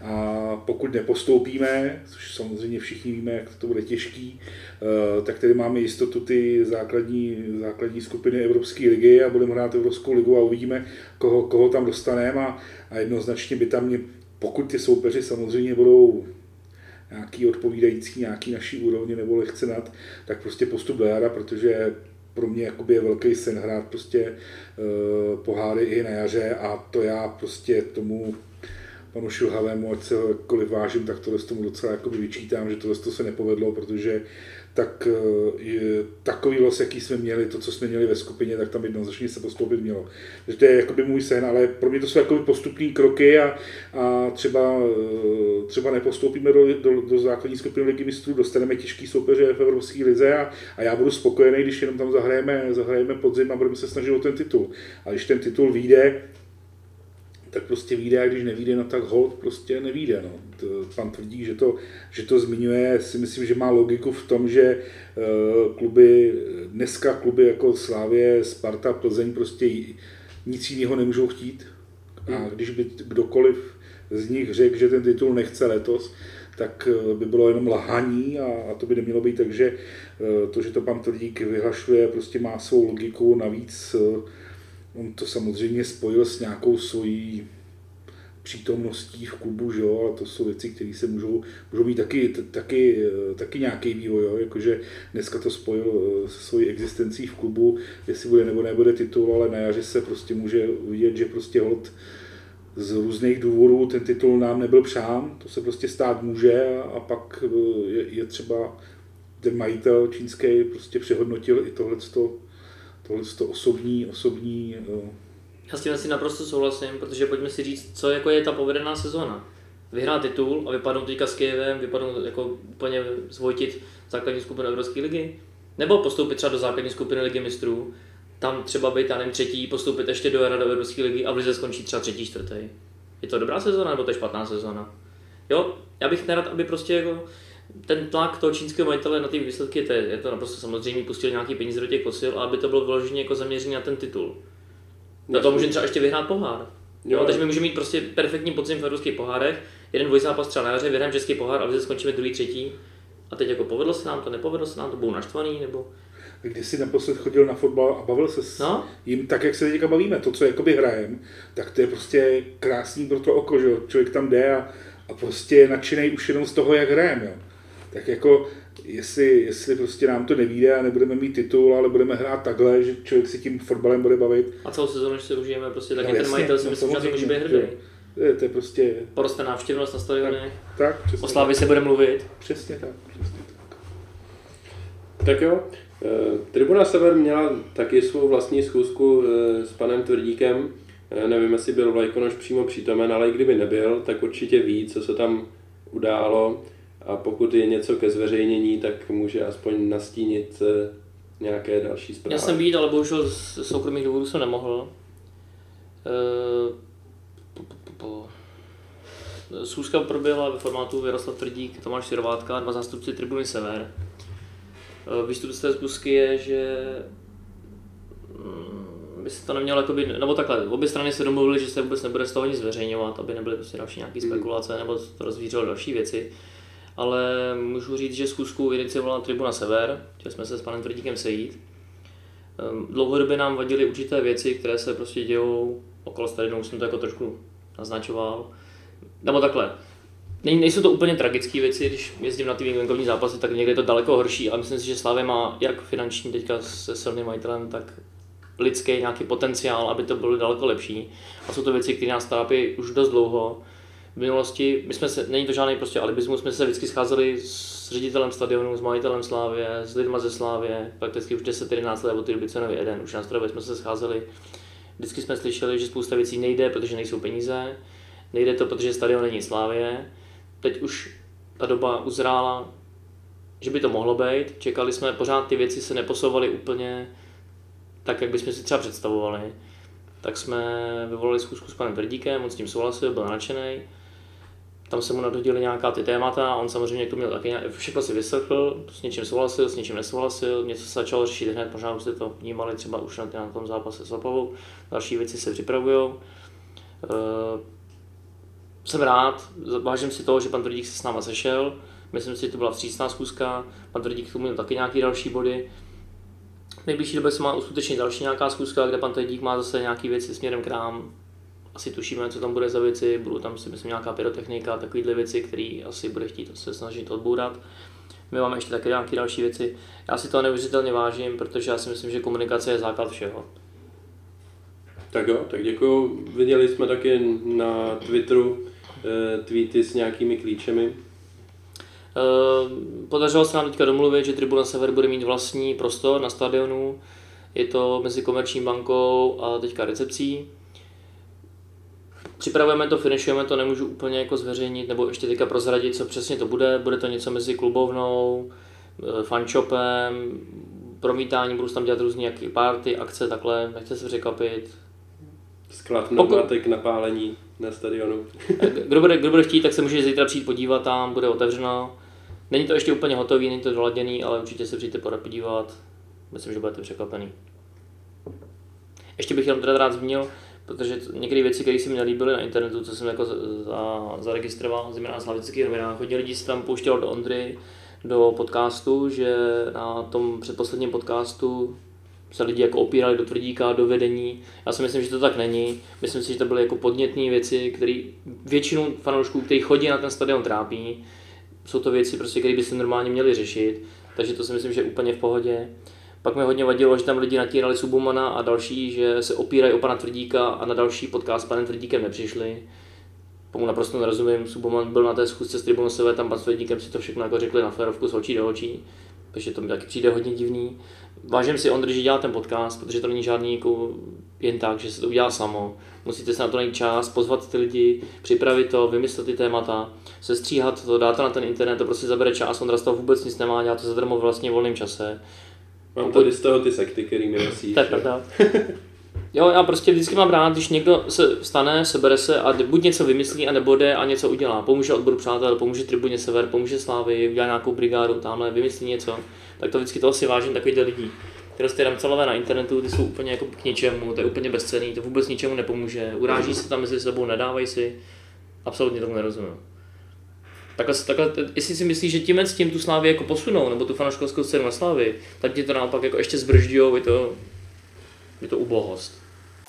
a pokud nepostoupíme, což samozřejmě všichni víme, jak to bude těžký, e, tak tady máme jistotu ty základní, základní skupiny Evropské ligy a budeme hrát Evropskou ligu a uvidíme, koho, koho tam dostaneme a, a jednoznačně by tam, mě, pokud ty soupeři samozřejmě budou nějaký odpovídající nějaký naší úrovni nebo lehce nad, tak prostě postup do jara, protože pro mě jakoby je velký sen hrát prostě uh, poháry i na jaře a to já prostě tomu panu Šilhavému, ať se ho jakkoliv vážím, tak tohle tomu docela jakoby vyčítám, že tohle se nepovedlo, protože tak uh, takový los, jaký jsme měli, to, co jsme měli ve skupině, tak tam jednoznačně se postoupit mělo. Takže to je jakoby můj sen, ale pro mě to jsou jakoby postupné kroky a, a třeba, uh, třeba nepostoupíme do, do, do základní skupiny Ligy mistrů, dostaneme těžký soupeře v Evropské lize a, a já budu spokojený, když jenom tam zahrajeme, zahrajeme podzim a budeme se snažit o ten titul. A když ten titul vyjde, tak prostě vyjde, a když nevyjde, no tak hold prostě nevyjde. No. Pan tvrdí, že to, že to zmiňuje, si myslím, že má logiku v tom, že uh, kluby, dneska kluby jako Slavie, Sparta, Plzeň prostě nic jiného nemůžou chtít. A když by kdokoliv z nich řekl, že ten titul nechce letos, tak by bylo jenom lhaní a, a to by nemělo být, takže uh, to, že to pan Tvrdík vyhlašuje, prostě má svou logiku, navíc uh, on to samozřejmě spojil s nějakou svojí přítomností v klubu, že jo, ale to jsou věci, které se můžou, můžou mít taky, taky, taky nějaký vývoj, jo, jakože dneska to spojil se svojí existencí v klubu, jestli bude nebo nebude titul, ale na jaře se prostě může vidět, že prostě hod z různých důvodů ten titul nám nebyl přán, to se prostě stát může a, a pak je, je třeba ten majitel čínský prostě přehodnotil i tohleto tohle to osobní, osobní... Uh... Já s tím asi naprosto souhlasím, protože pojďme si říct, co jako je ta povedená sezóna. Vyhrát titul a vypadnout teďka s Kyjevem, vypadnout jako úplně zvojtit základní skupinu Evropské ligy, nebo postoupit třeba do základní skupiny Ligy mistrů, tam třeba být, já nevím, třetí, postoupit ještě do jara do Evropské ligy a v lize skončí třeba třetí, čtvrtý. Je to dobrá sezóna nebo to je špatná sezóna? Jo, já bych nerad, aby prostě jako ten tlak toho čínského majitele na ty výsledky, to je, je to naprosto samozřejmě, pustili nějaký peníze do těch posil, a aby to bylo vyloženě jako zaměřené na ten titul. Na to můžeme třeba ještě vyhrát pohár. Jo, jo, takže my můžeme mít prostě perfektní podzim v evropských pohárech, jeden dvojzápas třeba na jaře, vyhrajeme český pohár a vždy skončíme druhý, třetí. A teď jako povedlo se nám to, nepovedlo se nám to, budou naštvaný nebo... Když jsi naposled chodil na fotbal a bavil se s no? jim tak, jak se teďka bavíme, to, co jakoby hrajem, tak to je prostě krásný pro to oko, že jo, člověk tam jde a, a prostě je nadšenej už jenom z toho, jak hrajem, jo. Tak jako, jestli, jestli prostě nám to nevíde a nebudeme mít titul, ale budeme hrát takhle, že člověk si tím fotbalem bude bavit. A celou sezónu, když se užijeme, prostě tak no, ten jasně, majitel si no, myslím, že to může být hrdý. To je, to je prostě... Poroste návštěvnost na stadionech, tak, tak, o Slavii se bude mluvit. Přesně tak, přesně tak. Tak jo, Tribuna Sever měla taky svou vlastní schůzku s panem Tvrdíkem. Nevím, jestli byl Vlajkonoš přímo přítomen, ale i kdyby nebyl, tak určitě ví, co se tam událo. A pokud je něco ke zveřejnění, tak může aspoň nastínit nějaké další zprávy. Já jsem být, ale bohužel z soukromých důvodů jsem nemohl. Schůzka proběhla ve formátu Jaroslav Tvrdík, Tomáš Sirovátka a dva zástupci Tribuny Sever. Výstup z té schůzky je, že by se to nemělo jakoby, nebo takhle, obě strany se domluvily, že se vůbec nebude z toho nic zveřejňovat, aby nebyly prostě další nějaké spekulace nebo to rozvířilo další věci. Ale můžu říct, že schůzku iniciovala Tribuna Sever, chtěli jsme se s panem Tvrdíkem sejít. Dlouhodobě nám vadily určité věci, které se prostě dějou okolo stadionu, už jsem to jako trošku naznačoval. Nebo takhle, nejsou to úplně tragické věci, když jezdím na ty venkovní zápasy, tak někdy je to daleko horší, ale myslím si, že Slavia má jak finanční teďka se silným majitelem, tak lidský nějaký potenciál, aby to bylo daleko lepší. A jsou to věci, které nás trápí už dost dlouho. V minulosti, my jsme se, není to žádný prostě alibismus, jsme se vždycky scházeli s ředitelem stadionu, s majitelem Slavie, s lidma ze Slavie, prakticky už deset jedenáct let od té doby co nový jeden, už na Strově jsme se scházeli. Vždycky jsme slyšeli, že spousta věcí nejde, protože nejsou peníze. nejde to, protože stadion není Slavie. Teď už ta doba uzrála, že by to mohlo být. Čekali jsme, pořád ty věci se neposouvaly úplně tak, jak bychom si třeba představovali. Tak jsme vyvolali schůzku s panem Tvrdíkem, on s tím souhlasil, byl nadšený. Tam se mu nadhodili nějaká ty témata, on samozřejmě to měl taky, všechno si vyslechl, s něčím souhlasil, s něčím nesouhlasil, něco se začalo řešit hned, možná už jste to vnímali třeba už na, na tom zápase s Opavou, další věci se připravujou. Uh, jsem rád, vážím si toho, že pan Tvrdík se s náma sešel, myslím si, že to byla vstřícná schůzka, pan Tvrdík k tomu měl taky nějaké další body. V nejbližší době se má uskutečnit další nějaká schůzka, kde pan Tvrdík má zase nějaké věci směrem k nám. Asi tušíme, co tam bude za věci, budou tam si myslím nějaká pyrotechnika, takovéhle věci, které asi bude chtít se snažit odbourat. My máme ještě taky nějaké další věci. Já si to neuvěřitelně vážím, protože já si myslím, že komunikace je základ všeho. Tak jo, tak děkuju. Viděli jsme taky na Twitteru e, tweety s nějakými klíčemi. E, podařilo se nám teďka domluvit, že Tribuna Sever bude mít vlastní prostor na stadionu. Je to mezi Komerční bankou a teďka recepcí. Připravujeme to, finišujeme to, nemůžu úplně jako zveřejnit nebo ještě teďka prozradit, co přesně to bude. Bude to něco mezi klubovnou, fanshopem, promítání, budou tam dělat různé jaký party, akce, takhle, nechce se překvapit. Sklad pneumatik na pálení na stadionu. Kdo bude, kdo bude chtít, tak se může zítra přijít podívat, tam bude otevřeno. Není to ještě úplně hotový, není to doladěný, ale určitě se přijďte podat podívat. Myslím, že budete překvapený. Ještě bych jenom teda rád zmínil, protože některé věci, které se mi nelíbily na internetu, co jsem jako za, zaregistroval, zejména na slavických novinách, hodně lidí se tam pouštělo do Ondry, do podcastu, že na tom předposledním podcastu se lidi jako opírali do Tvrdíka, do vedení. Já si myslím, že to tak není. Myslím si, že to byly jako podnětné věci, které většinu fanoušků, kteří chodí na ten stadion, trápí. Jsou to věci, prostě, které by se normálně měly řešit, takže to si myslím, že je úplně v pohodě. Pak mi hodně vadilo, že tam lidi natírali Subomana a další, že se opírají o pana Tvrdíka a na další podcast s panem Tvrdíkem nepřišli. Tomu naprosto nerozumím, Suboman byl na té schůzce s Tribunou Sever, tam pan s Tvrdíkem si to všechno jako řekli na férovku z očí do očí, takže to mi taky přijde hodně divný. Vážím si Ondry, že dělá ten podcast, protože to není žádný jako jen tak, že se to udělá samo. Musíte se na to najít čas, pozvat ty lidi, připravit to, vymyslet ty témata, sestříhat to, dát to na ten internet, to prostě zabere čas, Ondra z toho vůbec nic nemá, dělá to zadarmo vlastně v volném čase. Mám tady z toho ty sekty, který mi nosíš. Tak, tak, tak. Jo, já prostě vždycky mám rád, když někdo se vstane, sebere se a buď něco vymyslí, anebo jde a něco udělá. Pomůže odboru přátel, pomůže Tribuně Sever, pomůže Slávy, udělá nějakou brigádu, tamhle vymyslí něco. Tak to vždycky toho si vážím takovýchto lidí. Ty prostě ramcelové na internetu, ty jsou úplně jako k ničemu, to je úplně bezcenný, to vůbec ničemu nepomůže. Uráží se tam mezi sebou, nedávají si. Absolutně tomu nerozumím. Takhle, takhle, jestli si myslíš, že tímhle s tím tu Slávy jako posunou, nebo tu fanouškovskou scénu na Slávy, tak ti to naopak jako ještě zbržďujou, je to, je to ubohost.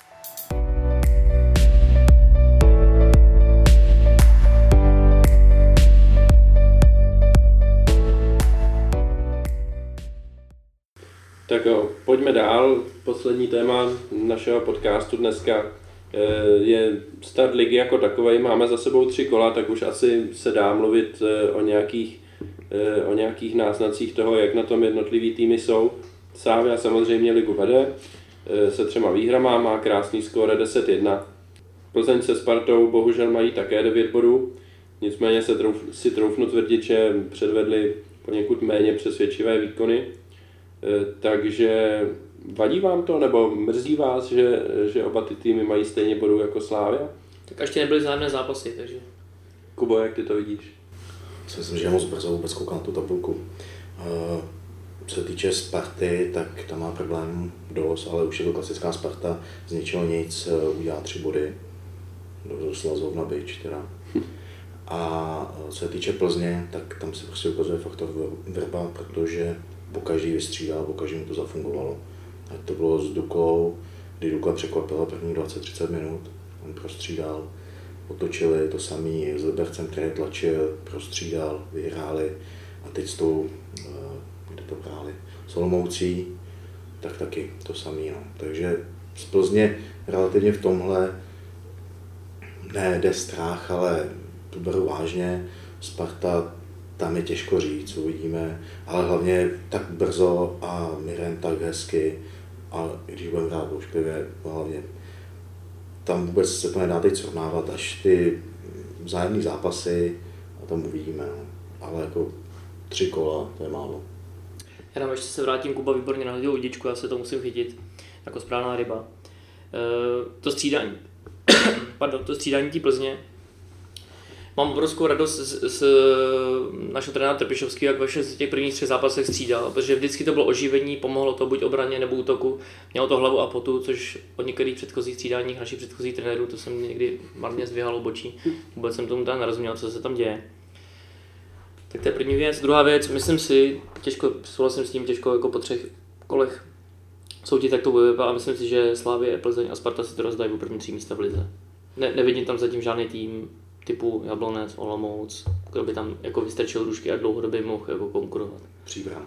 Tak jo, pojďme dál. Poslední téma našeho podcastu dneska je start ligy jako takovej. Máme za sebou tři kola, tak už asi se dá mluvit o nějakých, o nějakých náznacích toho, jak na tom jednotlivý týmy jsou. Slavia samozřejmě ligu vede se třema výhrama, má krásný skóre deset jedna. Plzeň se Spartou bohužel mají také devět bodů, nicméně se trouf, si troufnu tvrdit, že předvedli poněkud méně přesvědčivé výkony. Takže vadí vám to, nebo mrzí vás, že, že oba ty týmy mají stejně bodů jako Slavia? Tak ještě nebyly žádné zápasy, takže... Kubo, jak ty to vidíš? Myslím, že já moc brzo vůbec koukám na tu tabulku. Co se týče Sparty, tak tam má problém dost, ale už je to klasická Sparta, z ničeho nic udělá tři body. Doslova zrovna bič teda. A co se týče Plzně, tak tam se prostě ukazuje faktor Vrba, protože pokaždý vystřídal, pokaždý mu to zafungovalo. Ať to bylo s Duklou, kdy Dukla překvapila první dvacet třicet minut, on prostřídal, otočili to samý s Libercem, který tlačil, prostřídal, vyhráli a teď s tou, kde to hráli, s Olomoucí, tak taky to samý. No. Takže z Plzně relativně v tomhle ne jde strach, ale to beru vážně. Sparta, tam je těžko říct, uvidíme, ale hlavně tak brzo a Miren tak hezky a když budeme hrát boušklivě, hlavně tam vůbec se to nedá teď srovnávat, až ty vzájemný zápasy a tam uvidíme, no. Ale jako tři kola, to je málo. Já tam ještě se vrátím, Kuba výborně nahodil udičku, já se to musím chytit jako správná ryba. E, to střídání, pardon, to střídání té Plzně, mám obrovskou radost z, z našeho trenéra Trpišovského, jak vaše z těch prvních třech zápasech střídal, protože vždycky to bylo oživení, pomohlo to buď obraně nebo útoku, mělo to hlavu a potu, což od některých předchozích střídáních našich předchozích trenérů, to jsem někdy marně zdvihal obočí, vůbec jsem tomu tam nerozuměl, co se tam děje. Tak to je první věc. Druhá věc, myslím si, těžko, souhlasím s tím, těžko jako po třech kolech soudit, tak to bude, a myslím si, že Slavie, Plzeň a Sparta si to rozdají o první tři místa v lize. Ne, nevidím tam zatím žádný tým typu Jablonec, Olomouc, kdo by tam jako vystrčil rušky a dlouhodobě mohl jako konkurovat. Příbram.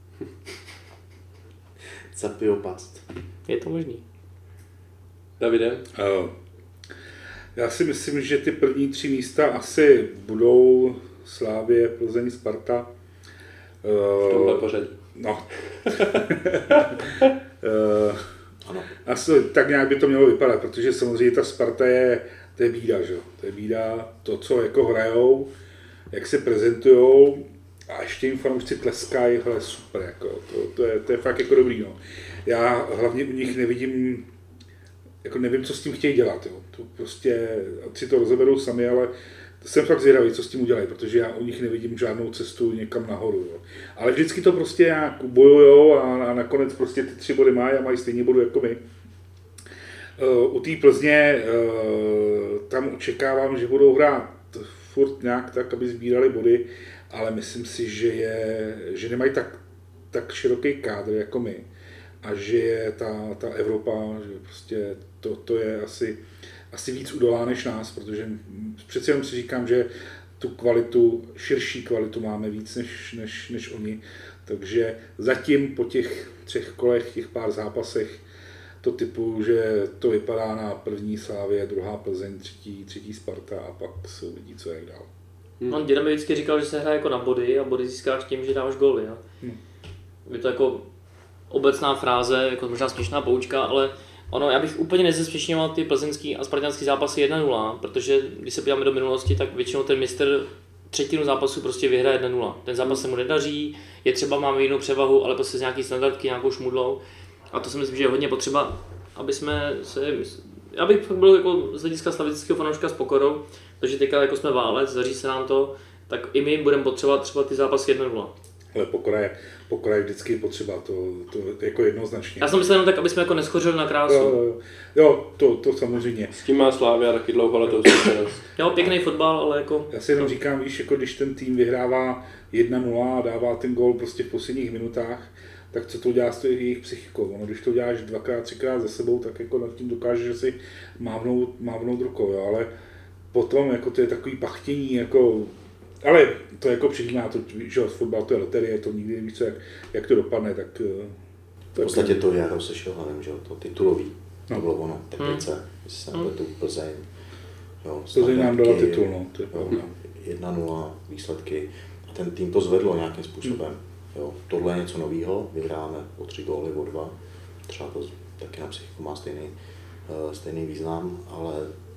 Zapiopast. Je to možný. Davide? Uh, já si myslím, že ty první tři místa asi budou Slavie, Plzeň, Sparta. V tomhle pořadí. No. uh, ano. Asi tak nějak by to mělo vypadat, protože samozřejmě ta Sparta je, to je bída, že jo. To je bída, to, co jako hrajou, jak se prezentujou a ještě jim fanoušci tleskají, hele, super, jako, to, to, je, to je fakt jako dobrý, no. Já hlavně u nich nevidím, jako nevím, co s tím chtějí dělat, jo. To prostě, si to rozeberou sami, ale jsem fakt zvědavý, co s tím udělají, protože já u nich nevidím žádnou cestu někam nahoru. Jo. Ale vždycky to prostě nějak bojujou a, a nakonec prostě ty tři body mají a mají stejně bodu jako my. Uh, u té Plzně uh, tam očekávám, že budou hrát furt nějak tak, aby sbírali body, ale myslím si, že, je, že nemají tak, tak široký kádr jako my a že je ta, ta Evropa, že prostě to, to je asi asi víc udolá než nás, protože přeci jenom si říkám, že tu kvalitu, širší kvalitu máme víc než, než, než oni. Takže zatím po těch třech kolech, těch pár zápasech, to typu, že to vypadá na první Slavie, druhá Plzeň, třetí, třetí Sparta a pak se uvidí, co jak dál. Hmm. On děda mi vždycky říkal, že se hraje jako na body a body získáš tím, že dáváš góly. Ja? Hmm. Je to jako obecná fráze, jako možná směšná poučka, ale ono, já bych úplně nezespěšňoval ty plzeňský a spartanský zápasy jedna nula, protože když se podíváme do minulosti, tak většinou ten mistr třetinu zápasu prostě vyhraje jedna nula. Ten zápas se mu nedaří, je třeba máme jinou převahu, ale prostě z nějaký standardky, nějakou šmudlou. A to si myslím, že je hodně potřeba, aby jsme se... Já bych fakt byl jako z hlediska slavického fanouška s pokorou, protože teďka jako jsme válec, daří se nám to, tak i my budeme potřebovat třeba ty zápasy jedna nula. Ale pokora je, pokora je vždycky potřeba, to, to jako jednoznačně. Já jsem myslel jenom tak, aby jsme jako neschořili na krásu. Jo, jo, jo to, to samozřejmě. S tím má Slavia taky dlouholetou zkušenost. Jo, pěkný fotbal, ale jako... Já si jenom říkám, víš, jako když ten tým vyhrává jedna nula a dává ten gól prostě v posledních minutách, tak co to dělá s jejich psychikou? Ono, když to děláš dvakrát, třikrát za sebou, tak jako nad tím dokážeš, že si mávnout, mávnout rukou, jo, ale potom jako to je takový pachtění, jako... Ale to jako přijímá to, že fotbal to je loterie, to nikdy nevíš, co, jak, jak to dopadne, tak... To v podstatě to jaro se Šilhavem, že jo, to titulový, no. To bylo ono, Teplice, hmm. jestli se napletu, Plzeň. Jo, Plzeň nám dala titul, no, to je pravda. jedna nula výsledky a ten tým to zvedlo nějakým způsobem. Hmm. Jo, tohle je něco nového, vyhráme o tři góly, o dva, třeba to taky na psychiku má stejný, uh, stejný význam, ale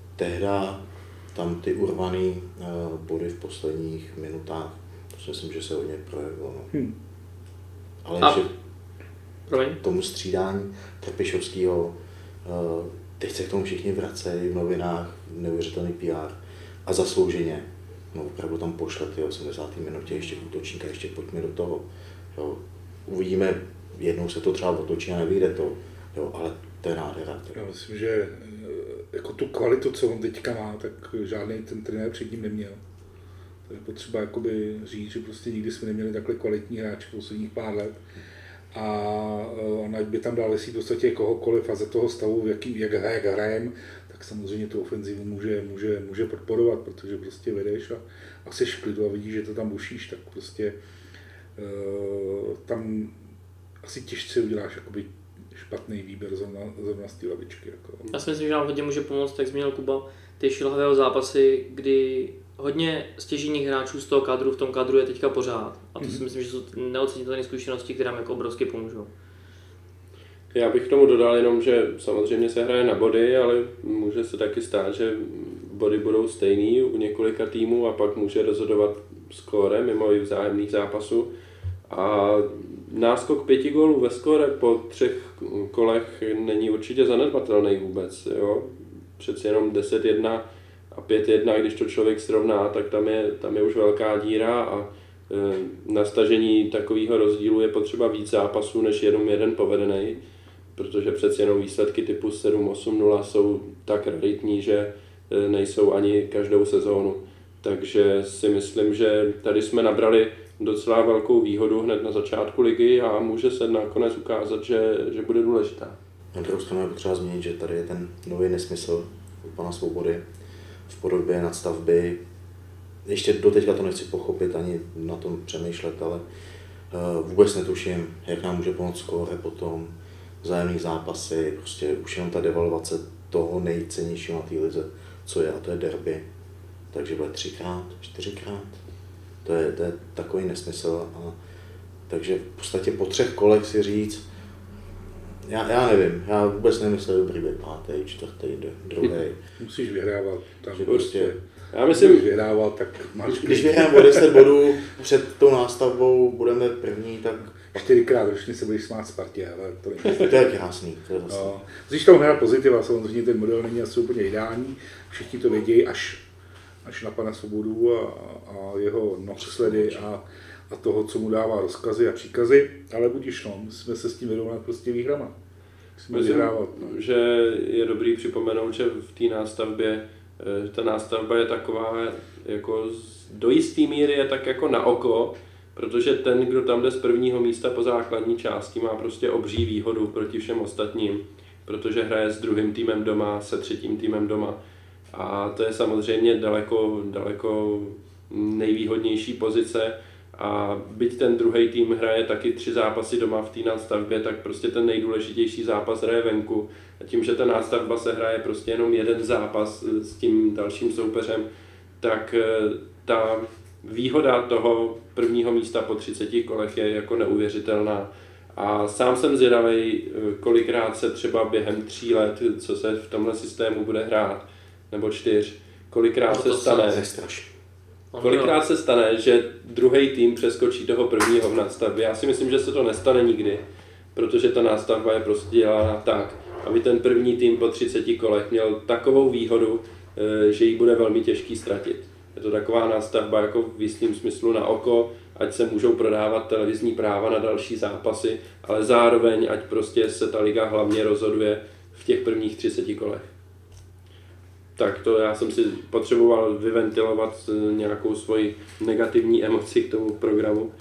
tehda tam ty urvaný uh, body v posledních minutách, to si myslím, že se hodně projevilo. No. Hmm. Ale A, ještě promiň. tomu střídání Trpišovského, uh, teď se k tomu všichni vracejí v novinách, neuvěřitelný P R a zaslouženě. No opravdu tam pošle ty osmdesáté minutě ještě útočníka, ještě pojďme do toho. Jo. Uvidíme, jednou se to třeba otočí a nevyjde to, jo, ale to je nádhera. Já myslím, že jako tu kvalitu, co on teďka má, tak žádný ten trenér před ním neměl. To je potřeba jakoby říct, že prostě nikdy jsme neměli takhle kvalitní hráče v posledních pár let. A on ať by tam dal jestli v podstatě kohokoliv a za toho stavu, jaký, jak, jak hrajem, tak samozřejmě tu ofenzivu může, může, může podporovat, protože prostě vedeš a, a jsi v klidu a vidíš, že to tam bušíš, tak prostě uh, tam asi těžce uděláš jakoby špatný výběr zrovna, zrovna z té lavičky. Jako. Já si myslím, že nám hodně může pomoct, jak zmínil Kuba, ty šilhavého zápasy, kdy hodně stěžejních hráčů z toho kadru v tom kadru je teďka pořád. A to mm-hmm. si myslím, že jsou neocenitelné zkušenosti, které nám jako obrovsky pomůžou. Já bych k tomu dodal jenom, že samozřejmě se hraje na body, ale může se taky stát, že body budou stejný u několika týmů a pak může rozhodovat skóre mimo i vzájemných zápasů. A náskok pěti gólů ve skóre po třech kolech není určitě zanedbatelný vůbec. Jo? Přeci jenom deset jedna a pět jedna, když to člověk srovná, tak tam je, tam je už velká díra a e, na stažení takového rozdílu je potřeba víc zápasů než jenom jeden povedený, protože přeci jenom výsledky typu sedm osm nula jsou tak raritní, že e, nejsou ani každou sezónu. Takže si myslím, že tady jsme nabrali docela velkou výhodu hned na začátku ligy a může se nakonec ukázat, že, že bude důležitá. Na druhou stranu je potřeba zmínit, že tady je ten nový nesmysl pana Svobody v podobě nadstavby. Ještě doteďka to nechci pochopit, ani na tom přemýšlet, ale uh, vůbec netuším, jak nám může pomoct skóre potom, vzájemný zápasy, prostě už jenom ta devalvace toho nejcennějšího na té lize, co je, a to je derby. Takže bude třikrát, čtyřikrát. To je, to je takový nesmysl. A, takže v podstatě po třech kolech si říct, já, já nevím, já vůbec nevím, jestli je dobrý být pátý, čtvrtý, druhý. Musíš vyhrávat. Tam prostě, já myslím, když vyhrával, tak máš... Když vyhrám o deset bodů před tou nástavbou, budeme první, tak... Čtyřikrát ročně se budeš smát Spartě, ale to není... To je krásný. To je no. Když tam hledá pozitiva, samozřejmě ten model není asi úplně ideální, všichni to vědějí až, až na pana Svobodu a, a jeho nohsledy a, a toho, co mu dává rozkazy a příkazy, ale budiš, no, musíme se s tím vyrovnat prostě výhrama. Musíme myslím, vyhrávat. No. Že je dobrý připomenout, že v té nástavbě ta nástavba je taková, jako do jisté míry je tak jako na oko, protože ten, kdo tam jde z prvního místa po základní části, má prostě obří výhodu proti všem ostatním, protože hraje s druhým týmem doma, se třetím týmem doma. A to je samozřejmě daleko, daleko nejvýhodnější pozice. A byť ten druhý tým hraje taky tři zápasy doma v té nástavbě, tak prostě ten nejdůležitější zápas hraje venku. A tím, že ta nástavba se hraje prostě jenom jeden zápas s tím dalším soupeřem, tak ta výhoda toho prvního místa po třiceti kolech je jako neuvěřitelná. A sám jsem zvědavej, kolikrát se třeba během tří let, co se v tomhle systému bude hrát, nebo čtyř, kolikrát no se stane, kolikrát se stane, že druhý tým přeskočí toho prvního v nástavbě. Já si myslím, že se to nestane nikdy, protože ta nástavba je prostě dělána tak, aby ten první tým po třiceti kolech měl takovou výhodu, že ji bude velmi těžký ztratit. Je to taková nástavba jako v jistým smyslu na oko, ať se můžou prodávat televizní práva na další zápasy, ale zároveň ať prostě se ta liga hlavně rozhoduje v těch prvních třiceti kolech. Tak to já jsem si potřeboval vyventilovat nějakou svoji negativní emoci k tomu programu.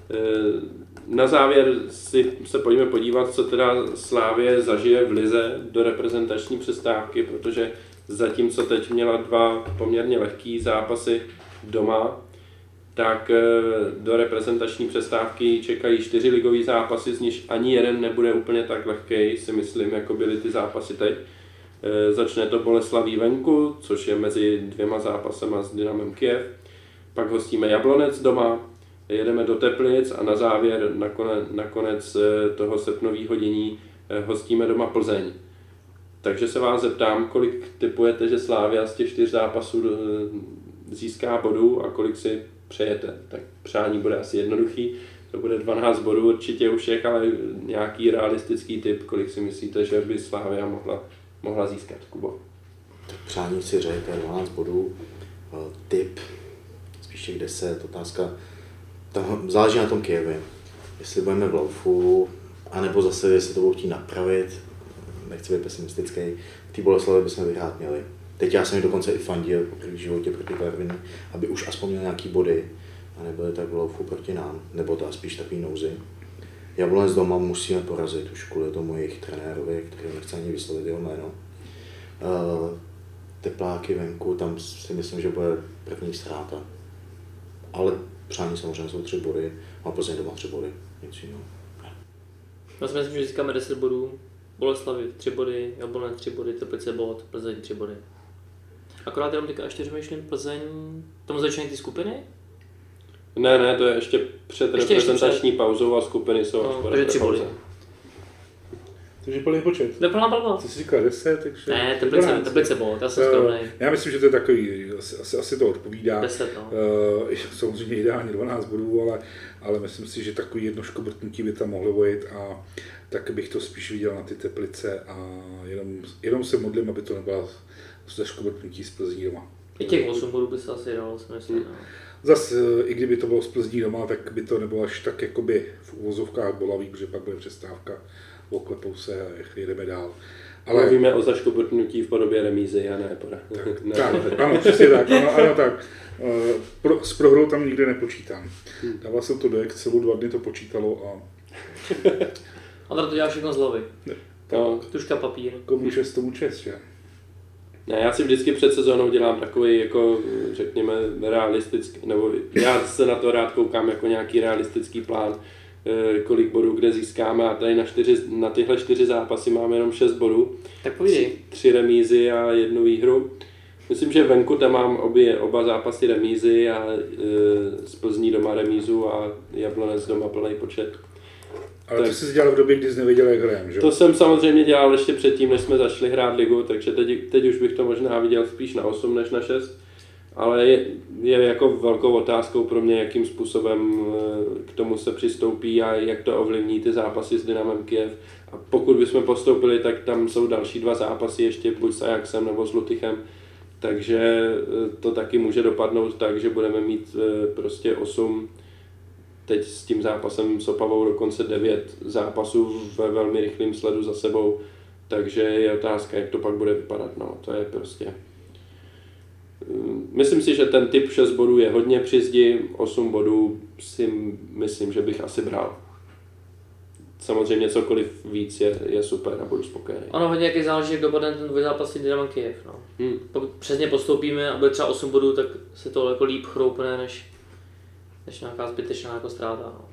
Na závěr si se pojďme podívat, co teda Slavie zažije v lize do reprezentační přestávky, protože zatímco teď měla dva poměrně lehký zápasy doma, tak do reprezentační přestávky čekají čtyři ligové zápasy, z nich ani jeden nebude úplně tak lehký, si myslím, jako byly ty zápasy teď. Začne to Boleslaví venku, což je mezi dvěma zápasama s Dynamem Kyjev. Pak hostíme Jablonec doma, jedeme do Teplic a na závěr, nakonec, nakonec toho srpnového dění, hostíme doma Plzeň. Takže se vás zeptám, kolik tipujete, že Slavia z těch čtyř zápasů získá bodů a kolik si přejete. Tak přání bude asi jednoduchý, to bude dvanáct bodů určitě u všech, ale nějaký realistický tip, kolik si myslíte, že by Slavia mohla, mohla získat, Kubo? Tak přání si řekl, to je dvanáct bodů, tip, spíš těch deset, otázka, tam záleží na tom Kyjevě, jestli budeme v laufu, anebo zase, jestli to budou chtít napravit, nechci být pesimistický, v té Boleslavi bychom vyhrát měli. Teď já jsem dokonce i fandil v životě proti Karviní, aby už aspoň měl nějaký body a nebyly tak v laufu proti nám, nebo to spíš takový nouzy. Jablonec doma musíme porazit už kvůli tomu jejich trenérovi, který nechce ani vyslovit jeho jméno. Uh, tepláky venku, tam si myslím, že bude první ztráta. Ale přání samozřejmě jsou tři body, a Plzeň doma tři body, nic jiného. Já si myslím, že získáme deset bodů. Boleslavi tři body, Jablonec tři body, Teplice bod, Plzeň tři body. Akorát jenom teďka ještě přemýšlím, Plzeň, tomu začínají ty skupiny? Ne, ne, to je ještě před ještě reprezentační ještě před... pauzou a skupiny jsou no, až po takže tři body. To je plný počet. To je plná blbost. Ty jsi říkal deset, takže... Ne, teplice, teplice bylo, já jsem skromnej. Já myslím, že to je takový, asi, asi, asi to odpovídá. deset, no. Uh, samozřejmě ideálně dvanáct bodů, ale, ale myslím si, že takový jedno škobrtnutí by tam mohlo vojít a tak bych to spíš viděl na ty Teplice a jenom, jenom se modlím, aby to nebyla ze škobrtnutí z Plzní doma. I těch osm bodů by se asi dalo, si myslím. Hmm. Zas, i kdyby to bylo z Plzní doma, tak by to nebylo až tak jakoby v uvozovkách bolavý, protože pak bude přestávka, oklepou se a jedeme dál. Ale mluvíme o zaškobrtnutí v podobě remízy a ne poda. Tak, ne. tak, ano, přesně tak, ano, ano, tak. Pro, s prohrou tam nikdy nepočítám. Hmm. Dával jsem to do Excelu, dva dny to počítalo a... Andra to dělá všechno z hlavy. No. Tuška papír. Komu čest, tomu čest, že? Ne, já si vždycky před sezónou dělám takový, jako řekněme, realistický, nebo já se na to rád koukám jako nějaký realistický plán, kolik bodů kde získáme a tady na, čtyři, na tyhle čtyři zápasy máme jenom šest bodů. Tak povídej. Tři remízy a jednu výhru. Myslím, že venku tam mám obě, oba zápasy remízy a e, z Plzní doma remízu a Jablonec doma plný počet. Ale tak, to jsi dělal v době, kdy jsi nevěděl, jak hrajem, že? To jsem samozřejmě dělal ještě předtím, než jsme začali hrát ligu, takže teď, teď už bych to možná viděl spíš na osm než na šest. Ale je, je jako velkou otázkou pro mě, jakým způsobem k tomu se přistoupí a jak to ovlivní ty zápasy s Dynamem Kyjev. A pokud bychom postoupili, tak tam jsou další dva zápasy ještě buď s Ajaxem nebo s Lutychem. Takže to taky může dopadnout tak, že budeme mít prostě osm, teď s tím zápasem s Opavou dokonce devět zápasů ve velmi rychlém sledu za sebou. Takže je otázka, jak to pak bude vypadat. No, to je prostě... Myslím si, že ten typ šest bodů je hodně při zdi, osm bodů si myslím, že bych asi bral. Samozřejmě cokoliv víc je, je super a budu spokojený. Ono hodně jaký záleží, jak dopadne ten dvojzápasný Dynamo Kyjev. No. Hmm. Pokud přesně postoupíme a bude třeba osm bodů, tak se to jako líp chroupne, než, než nějaká zbytečná jako ztráta. No.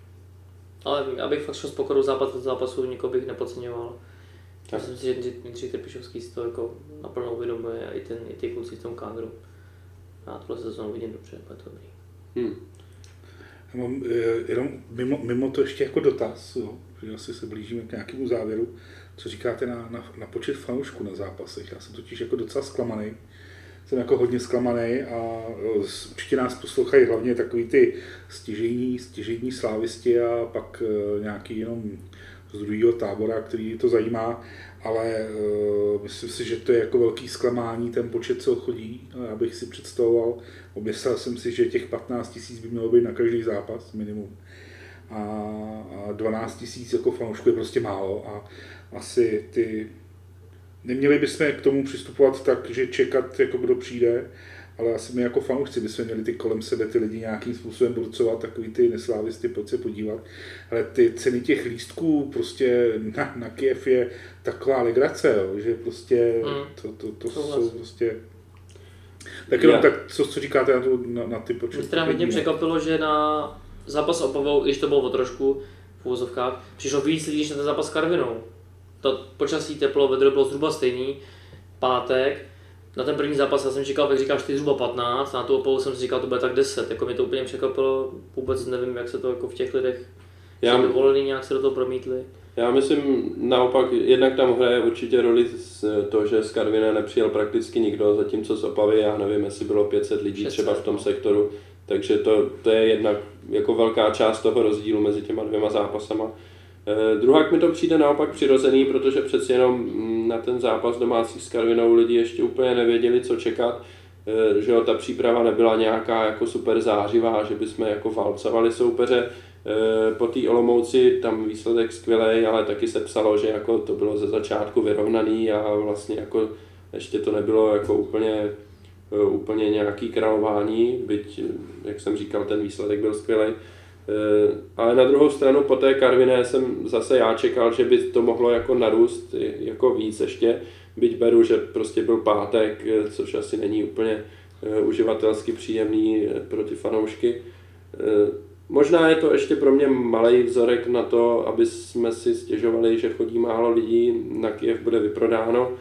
Ale abych fakt šel s pokorou zápas od zápasu, nikoho bych nepodceňoval. Tak. Myslím si, že Jindřich Trpišovský si to jako naplno uvědomuje a i, ten, i ty kluci v tom kádru. Já tohle sezónu vidím dobře, je to dobrý. Hmm. Já mám jenom mimo, mimo to ještě jako dotaz, jo, že asi se blížíme k nějakému závěru. Co říkáte na, na, na počet fanoušků na zápasech? Já jsem totiž jako docela zklamaný. Jsem jako hodně zklamaný a určitě nás poslouchají hlavně takový ty stěžejní, stěžejní slávisti a pak nějaký jenom z druhého tábora, který to zajímá, ale uh, myslím si, že to je jako velký zklamání ten počet, co chodí. Já bych si představoval, oběsal jsem si, že těch patnáct tisíc by mělo být na každý zápas minimum. A, a dvanáct tisíc jako fanoušků je prostě málo a asi ty... Neměli bychom k tomu přistupovat tak, že čekat, jako kdo přijde, ale asi my jako fanoušci bychom měli ty kolem sebe ty lidi nějakým způsobem burcovat, takový ty neslávisty, pojď se podívat. Ale ty ceny těch lístků prostě na, na Kyjev je taková legrace, jo, že prostě mm. to, to, to jsou prostě... Tak jenom tak, co, co říkáte na, tu, na, na ty počet? Mě teda hodně překvapilo, že na zápas s Opavou, když to bylo o trošku v uvozovkách, přišlo víc lidí než na ten zápas s Karvinou. To počasí, teplo, vedro bylo zhruba stejný, pátek. Na ten první zápas já jsem čekal, jak říkáš, ty zhruba patnáct, na tu Opavu jsem si říkal, to bude tak deset, jako mě to úplně překvapilo, vůbec nevím, jak se to jako v těch lidech já, jsou dovolený, nějak se do toho promítli. Já myslím naopak, jednak tam hraje určitě roli to, že z Karviné nepřijel prakticky nikdo, zatímco z Opavy, já nevím, jestli bylo pět set lidí šest set, třeba v tom sektoru, takže to, to je jednak jako velká část toho rozdílu mezi těma dvěma zápasama. Eh, druhák mi to přijde naopak přirozený, protože přeci jenom na ten zápas domácí s Karvinou lidi ještě úplně nevěděli, co čekat, eh, že jo, ta příprava nebyla nějaká jako super zářivá, že bychom jako válcovali soupeře. Eh, po té Olomouci tam výsledek skvělej, ale taky se psalo, že jako to bylo ze začátku vyrovnaný a vlastně jako ještě to nebylo jako úplně, uh, úplně nějaký králování, byť, jak jsem říkal, ten výsledek byl skvělej. Uh, ale na druhou stranu po té Karviné jsem zase já čekal, že by to mohlo jako narůst jako víc ještě, byť beru, že prostě byl pátek, což asi není úplně uh, uživatelsky příjemný pro ty fanoušky. Uh, Možná je to ještě pro mě malý vzorek na to, aby jsme si stěžovali, že chodí málo lidí, na Kyjev bude vyprodáno.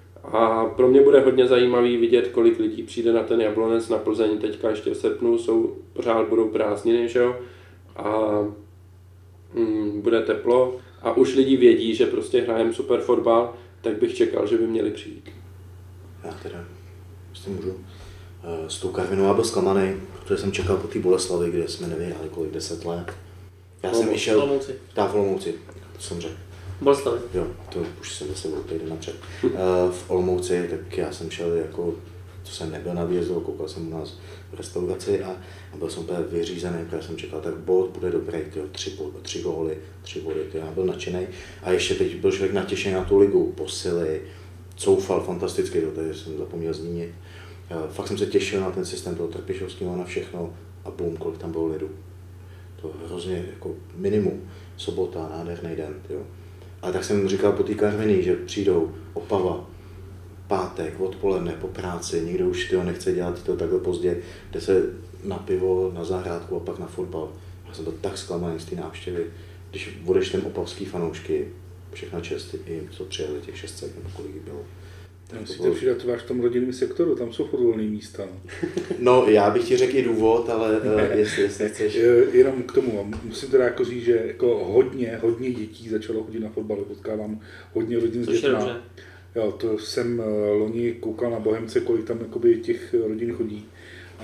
A pro mě bude hodně zajímavý vidět, kolik lidí přijde na ten Jablonec, na Plzeň teďka ještě v srpnu, jsou, pořád budou prázdniny, že jo? A mm, bude teplo. a už lidi vědí, že prostě hrajeme super fotbal, tak bych čekal, že by měli přijít. Já teda, jestli můžu, s tou Karvinou já byl zklamaný, protože jsem čekal po té Boleslavi, kde jsme nevyhráli kolik, deset let. Já jsem išel... Olomouci. Tá, v Olomouci, to jsem řekl. Boleslavi. Jo, to už jsem zase byl týden napřed. V Olomouci, tak já jsem šel jako, to jsem nebyl na výjezdu, koukal jsem u nás v restauraci a, a byl jsem úplně vyřízený, protože jsem čekal, tak bod bude dobrý, tyjo, tři, tři góly, tři body, tyjo, já byl nadšený. A ještě teď byl člověk natěšený na tu ligu, posily, coufal fantasticky, to tady jsem zapomněl zmínit. Fakt jsem se těšil na ten systém toho Trpišovského, na všechno a bum, kolik tam bylo lidu. To hrozně jako minimum, sobota, nádherný den, jo. Ale tak jsem říkal po té Karviní, že přijdou Opava, pátek, odpoledne, po práci, nikdo už tyho nechce dělat to takhle pozdě, jde se na pivo, na zahrádku a pak na fotbal. Já jsem byl tak zklamaný z té návštěvy, když odeštěm opavský fanoušky, všechna čest i co přijeli těch šest set, nebo kolik bylo. Musíte přidat váš v tom rodinném sektoru, tam jsou furt volné místa. No. no, já bych ti řekl i důvod, ale uh, jestli, jestli chceš. Jenom k tomu, musím teda jako říct, že jako hodně, hodně dětí začalo chodit na fotbal, potkávám hodně rodin s dětma. Jo, to jsem loni koukal na Bohemce, kolik tam jakoby těch rodin chodí. A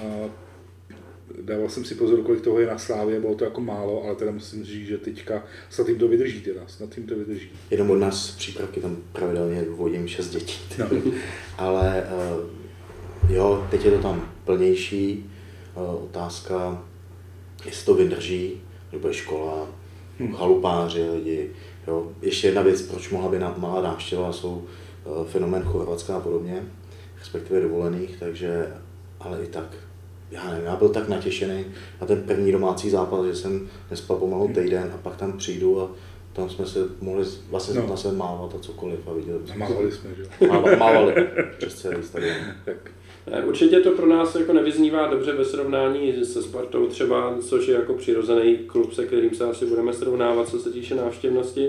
dával jsem si pozor, kolik toho je na Slávě, bylo to jako málo, ale teda musím říct, že teďka snad jim to vydrží teda, snad jim to vydrží. Jenom od nás z přípravky tam pravidelně vodím šest dětí, no. ale uh, jo, teď je to tam plnější, uh, otázka, jestli to vydrží, že bude škola, hmm. halupáři, lidi, jo. Ještě jedna věc, proč mohla by malá návštěva, jsou uh, fenomén Chorvatska a podobně, respektive dovolených, takže, ale i tak. Já nevím, já byl tak natěšený na ten první domácí zápas, že jsem nespal pomalu týden a pak tam přijdu a tam jsme se mohli vlastně no. na sebe mávat a cokoliv a viděli jsme. Mávali jsme, že? Mávali, mávali přes celý stadion. Určitě to pro nás jako nevyznívá dobře ve srovnání se Spartou třeba, což je jako přirozený klub, se kterým se asi budeme srovnávat, co se týče návštěvnosti.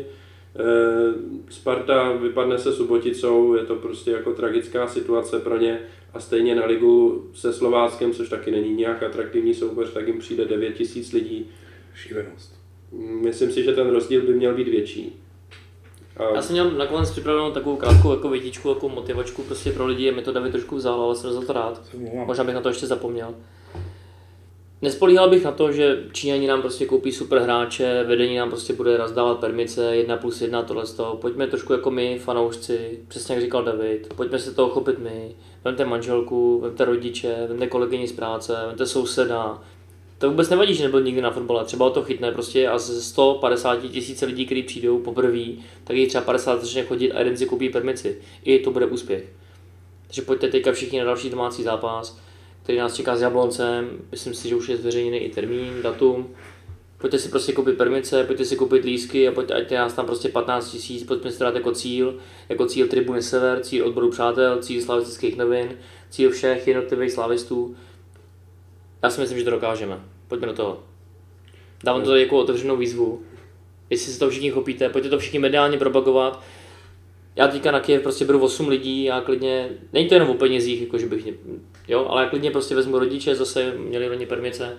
Sparta vypadne se Suboticou, je to prostě jako tragická situace pro ně a stejně na ligu se Slováckem, což taky není nějak atraktivní soupeř, tak jim přijde devět tisíc lidí. Šílenost. Myslím si, že ten rozdíl by měl být větší. A... Já jsem měl nakonec připravenou takovou krátkou jako větičku, jako motivačku prostě pro lidi a mi to David trošku vzal, ale jsem za to rád. Možná bych na to ještě zapomněl. Nespolíhal bych na to, že Číňani nám prostě koupí super hráče, vedení nám prostě bude rozdávat permice, jedna plus jedna tohle z toho. Pojďme trošku jako my, fanoušci, přesně jak říkal David, pojďme se toho chopit my. Vemte manželku, vemte rodiče, vemte kolegyni z práce, vemte souseda. To vůbec nevadí, že nebyl nikdy na fotbale, třeba o to chytne prostě a ze sto padesát tisíc lidí, kteří přijdou poprvé, tak jich třeba padesát začne chodit a jeden si koupí permici. I to bude úspěch. Takže pojďte teďka všichni na další domácí zápas, který nás čeká s Jabloncem, myslím si, že už je zveřejněný i termín, datum. Pojďte si prostě koupit permice, pojďte si koupit lístky a pojďte, ať nás tam prostě patnáct tisíc, pojďme si dát jako cíl, jako cíl Tribuny Sever, cíl odboru přátel, cíl slavistických novin, cíl všech jednotlivých slavistů. Já si myslím, že to dokážeme. Pojďme do toho. Dávám to jako otevřenou výzvu. Jestli se to všichni chopíte, pojďte to všichni mediálně propagovat. Já teďka na Kyjev prostě beru osm lidí, já klidně, není to jenom o penězích, jako že bych, jo, ale já klidně prostě vezmu rodiče, zase měli loni permice.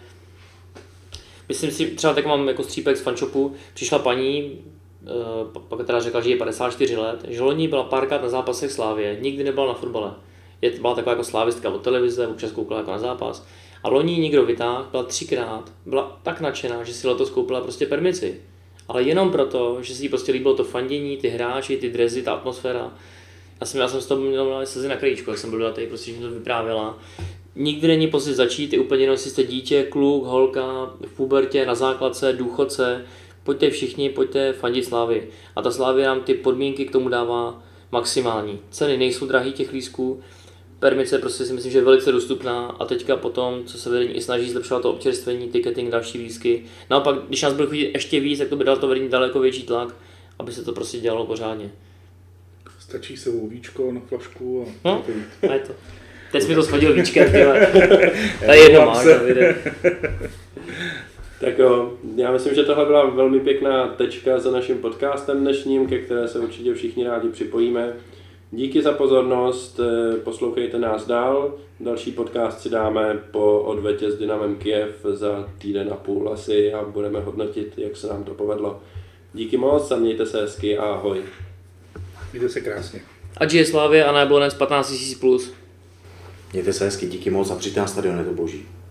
Myslím si, třeba tak mám jako střípek z fanshopu, přišla paní, pak teda řekla, že je padesát čtyři let, že loni byla párkrát na zápasech Slávie, nikdy nebyla na fotbale. Je, byla taková jako slávistka od televize, občas koukala jako na zápas. A loni někdo vytáhl, byla třikrát, byla tak nadšená, že si letos koupila prostě permici. Ale jenom proto, že si jí prostě líbilo to fandění, ty hráči, ty drezy, ta atmosféra. Já jsem, já jsem z toho měl slzy na krajíčku, jak jsem byl tady, prostě že to vyprávěla. Nikdy není pozdě začít, je úplně jenom, jestli jste dítě, kluk, holka, v pubertě, na základce, důchodce. Pojďte všichni, pojďte fandit Slávy. A ta Slávy nám ty podmínky k tomu dává maximální. Ceny nejsou drahý těch lístků, permice prostě si myslím, že je velice dostupná a teďka potom, co se vedení i snaží zlepšovat to občerstvení, ticketing, další lístky. Naopak, když nás bude chodit ještě víc, tak to by dalo to vedení daleko větší tlak, aby se to prostě dělalo pořádně. Stačí se víčko na flašku a... No, a je to. Teď jsi mi to schodil víčkem, tyhle. Tady jedno máš, Davide. Tak jo, já myslím, že tohle byla velmi pěkná tečka za naším podcastem dnešním, ke které se určitě všichni rádi připojíme. Díky za pozornost, poslouchejte nás dál. Další podcast si dáme po odvetě s Dynamem Kyjev za týden a půl asi a budeme hodnotit, jak se nám to povedlo. Díky moc a mějte se hezky a ahoj. Mějte se krásně. A G S Slavia a Jablonec patnáct tisíc plus. Mějte se hezky, díky moc a přijďte na stadion, je to boží.